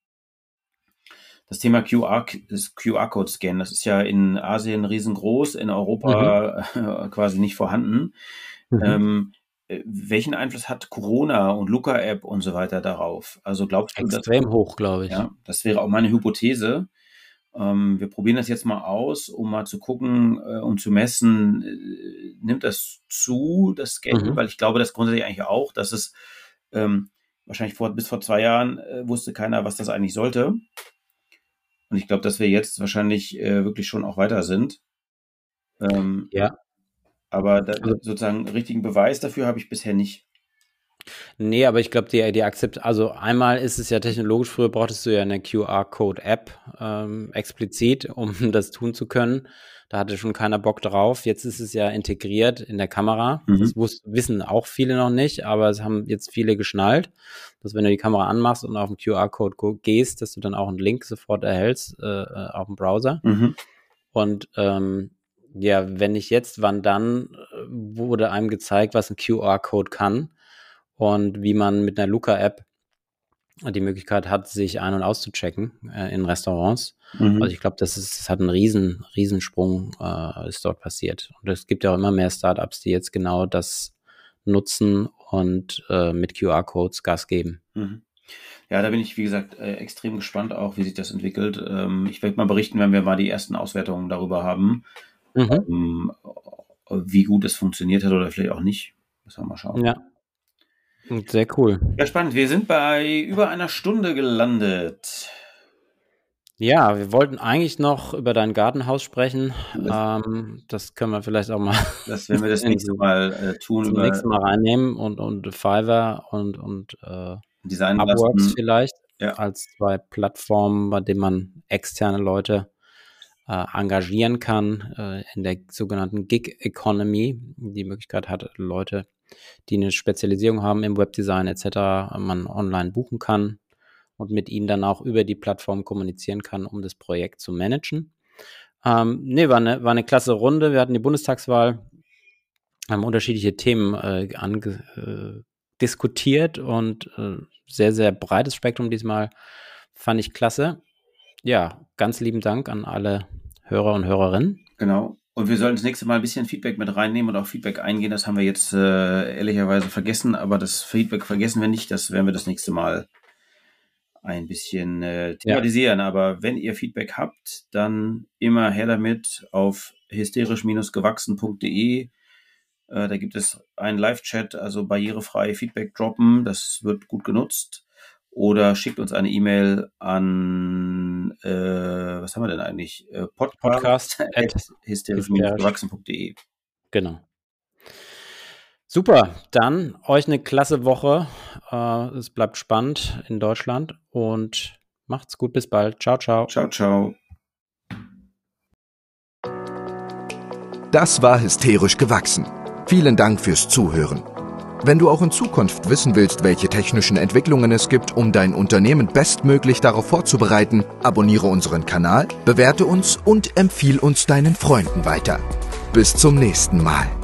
das Thema QR-Code-Scan, das ist ja in Asien riesengroß, in Europa quasi nicht vorhanden. Welchen Einfluss hat Corona und Luca-App und so weiter darauf? Also glaubst du, extrem hoch, glaube ich. Ja, das wäre auch meine Hypothese. Wir probieren das jetzt mal aus, um mal zu gucken, um zu messen, nimmt das zu, das Scannen? Weil ich glaube, das grundsätzlich eigentlich auch, dass es wahrscheinlich bis vor 2 Jahren wusste keiner, was das eigentlich sollte. Und ich glaube, dass wir jetzt wahrscheinlich wirklich schon auch weiter sind. Ja. Aber sozusagen richtigen Beweis dafür habe ich bisher nicht. Nee, aber ich glaube, also einmal ist es ja technologisch, früher brauchtest du ja eine QR-Code-App explizit, um das tun zu können. Da hatte schon keiner Bock drauf. Jetzt ist es ja integriert in der Kamera. Das wissen auch viele noch nicht, aber es haben jetzt viele geschnallt, dass wenn du die Kamera anmachst und auf den QR-Code gehst, dass du dann auch einen Link sofort erhältst auf dem Browser. Und ja, wenn nicht jetzt, wann dann, wurde einem gezeigt, was ein QR-Code kann. Und wie man mit einer Luca-App die Möglichkeit hat, sich ein- und auszuchecken in Restaurants. Also ich glaube, das hat einen Riesensprung ist dort passiert. Und es gibt ja auch immer mehr Startups, die jetzt genau das nutzen und mit QR-Codes Gas geben. Ja, da bin ich, wie gesagt, extrem gespannt auch, wie sich das entwickelt. Ich werde mal berichten, wenn wir mal die ersten Auswertungen darüber haben, wie gut es funktioniert hat oder vielleicht auch nicht. Müssen wir mal schauen. Ja. Sehr cool. Ja, spannend. Wir sind bei über 1 Stunde gelandet. Ja, wir wollten eigentlich noch über dein Gartenhaus sprechen. Das können wir vielleicht auch mal. Das werden wir das nächste Mal tun. Das nächste Mal reinnehmen und Fiverr und Upworks vielleicht als 2 Plattformen, bei denen man externe Leute engagieren kann in der sogenannten Gig Economy. Die Möglichkeit hat, Leute, die eine Spezialisierung haben im Webdesign etc., man online buchen kann und mit ihnen dann auch über die Plattform kommunizieren kann, um das Projekt zu managen. War eine klasse Runde. Wir hatten die Bundestagswahl, haben unterschiedliche Themen diskutiert und sehr, sehr breites Spektrum diesmal. Fand ich klasse. Ja, ganz lieben Dank an alle Hörer und Hörerinnen. Genau. Und wir sollten das nächste Mal ein bisschen Feedback mit reinnehmen und auch Feedback eingehen. Das haben wir jetzt ehrlicherweise vergessen, aber das Feedback vergessen wir nicht. Das werden wir das nächste Mal ein bisschen thematisieren. Ja. Aber wenn ihr Feedback habt, dann immer her damit auf hysterisch-gewachsen.de. Da gibt es einen Live-Chat, also barrierefrei Feedback droppen. Das wird gut genutzt. Oder schickt uns eine E-Mail an, was haben wir denn eigentlich? podcast@hysterisch-gewachsen.de. Genau. Super, dann euch eine klasse Woche. Es bleibt spannend in Deutschland und macht's gut, bis bald. Ciao, ciao. Ciao, ciao. Das war Hysterisch gewachsen. Vielen Dank fürs Zuhören. Wenn du auch in Zukunft wissen willst, welche technischen Entwicklungen es gibt, um dein Unternehmen bestmöglich darauf vorzubereiten, abonniere unseren Kanal, bewerte uns und empfiehl uns deinen Freunden weiter. Bis zum nächsten Mal.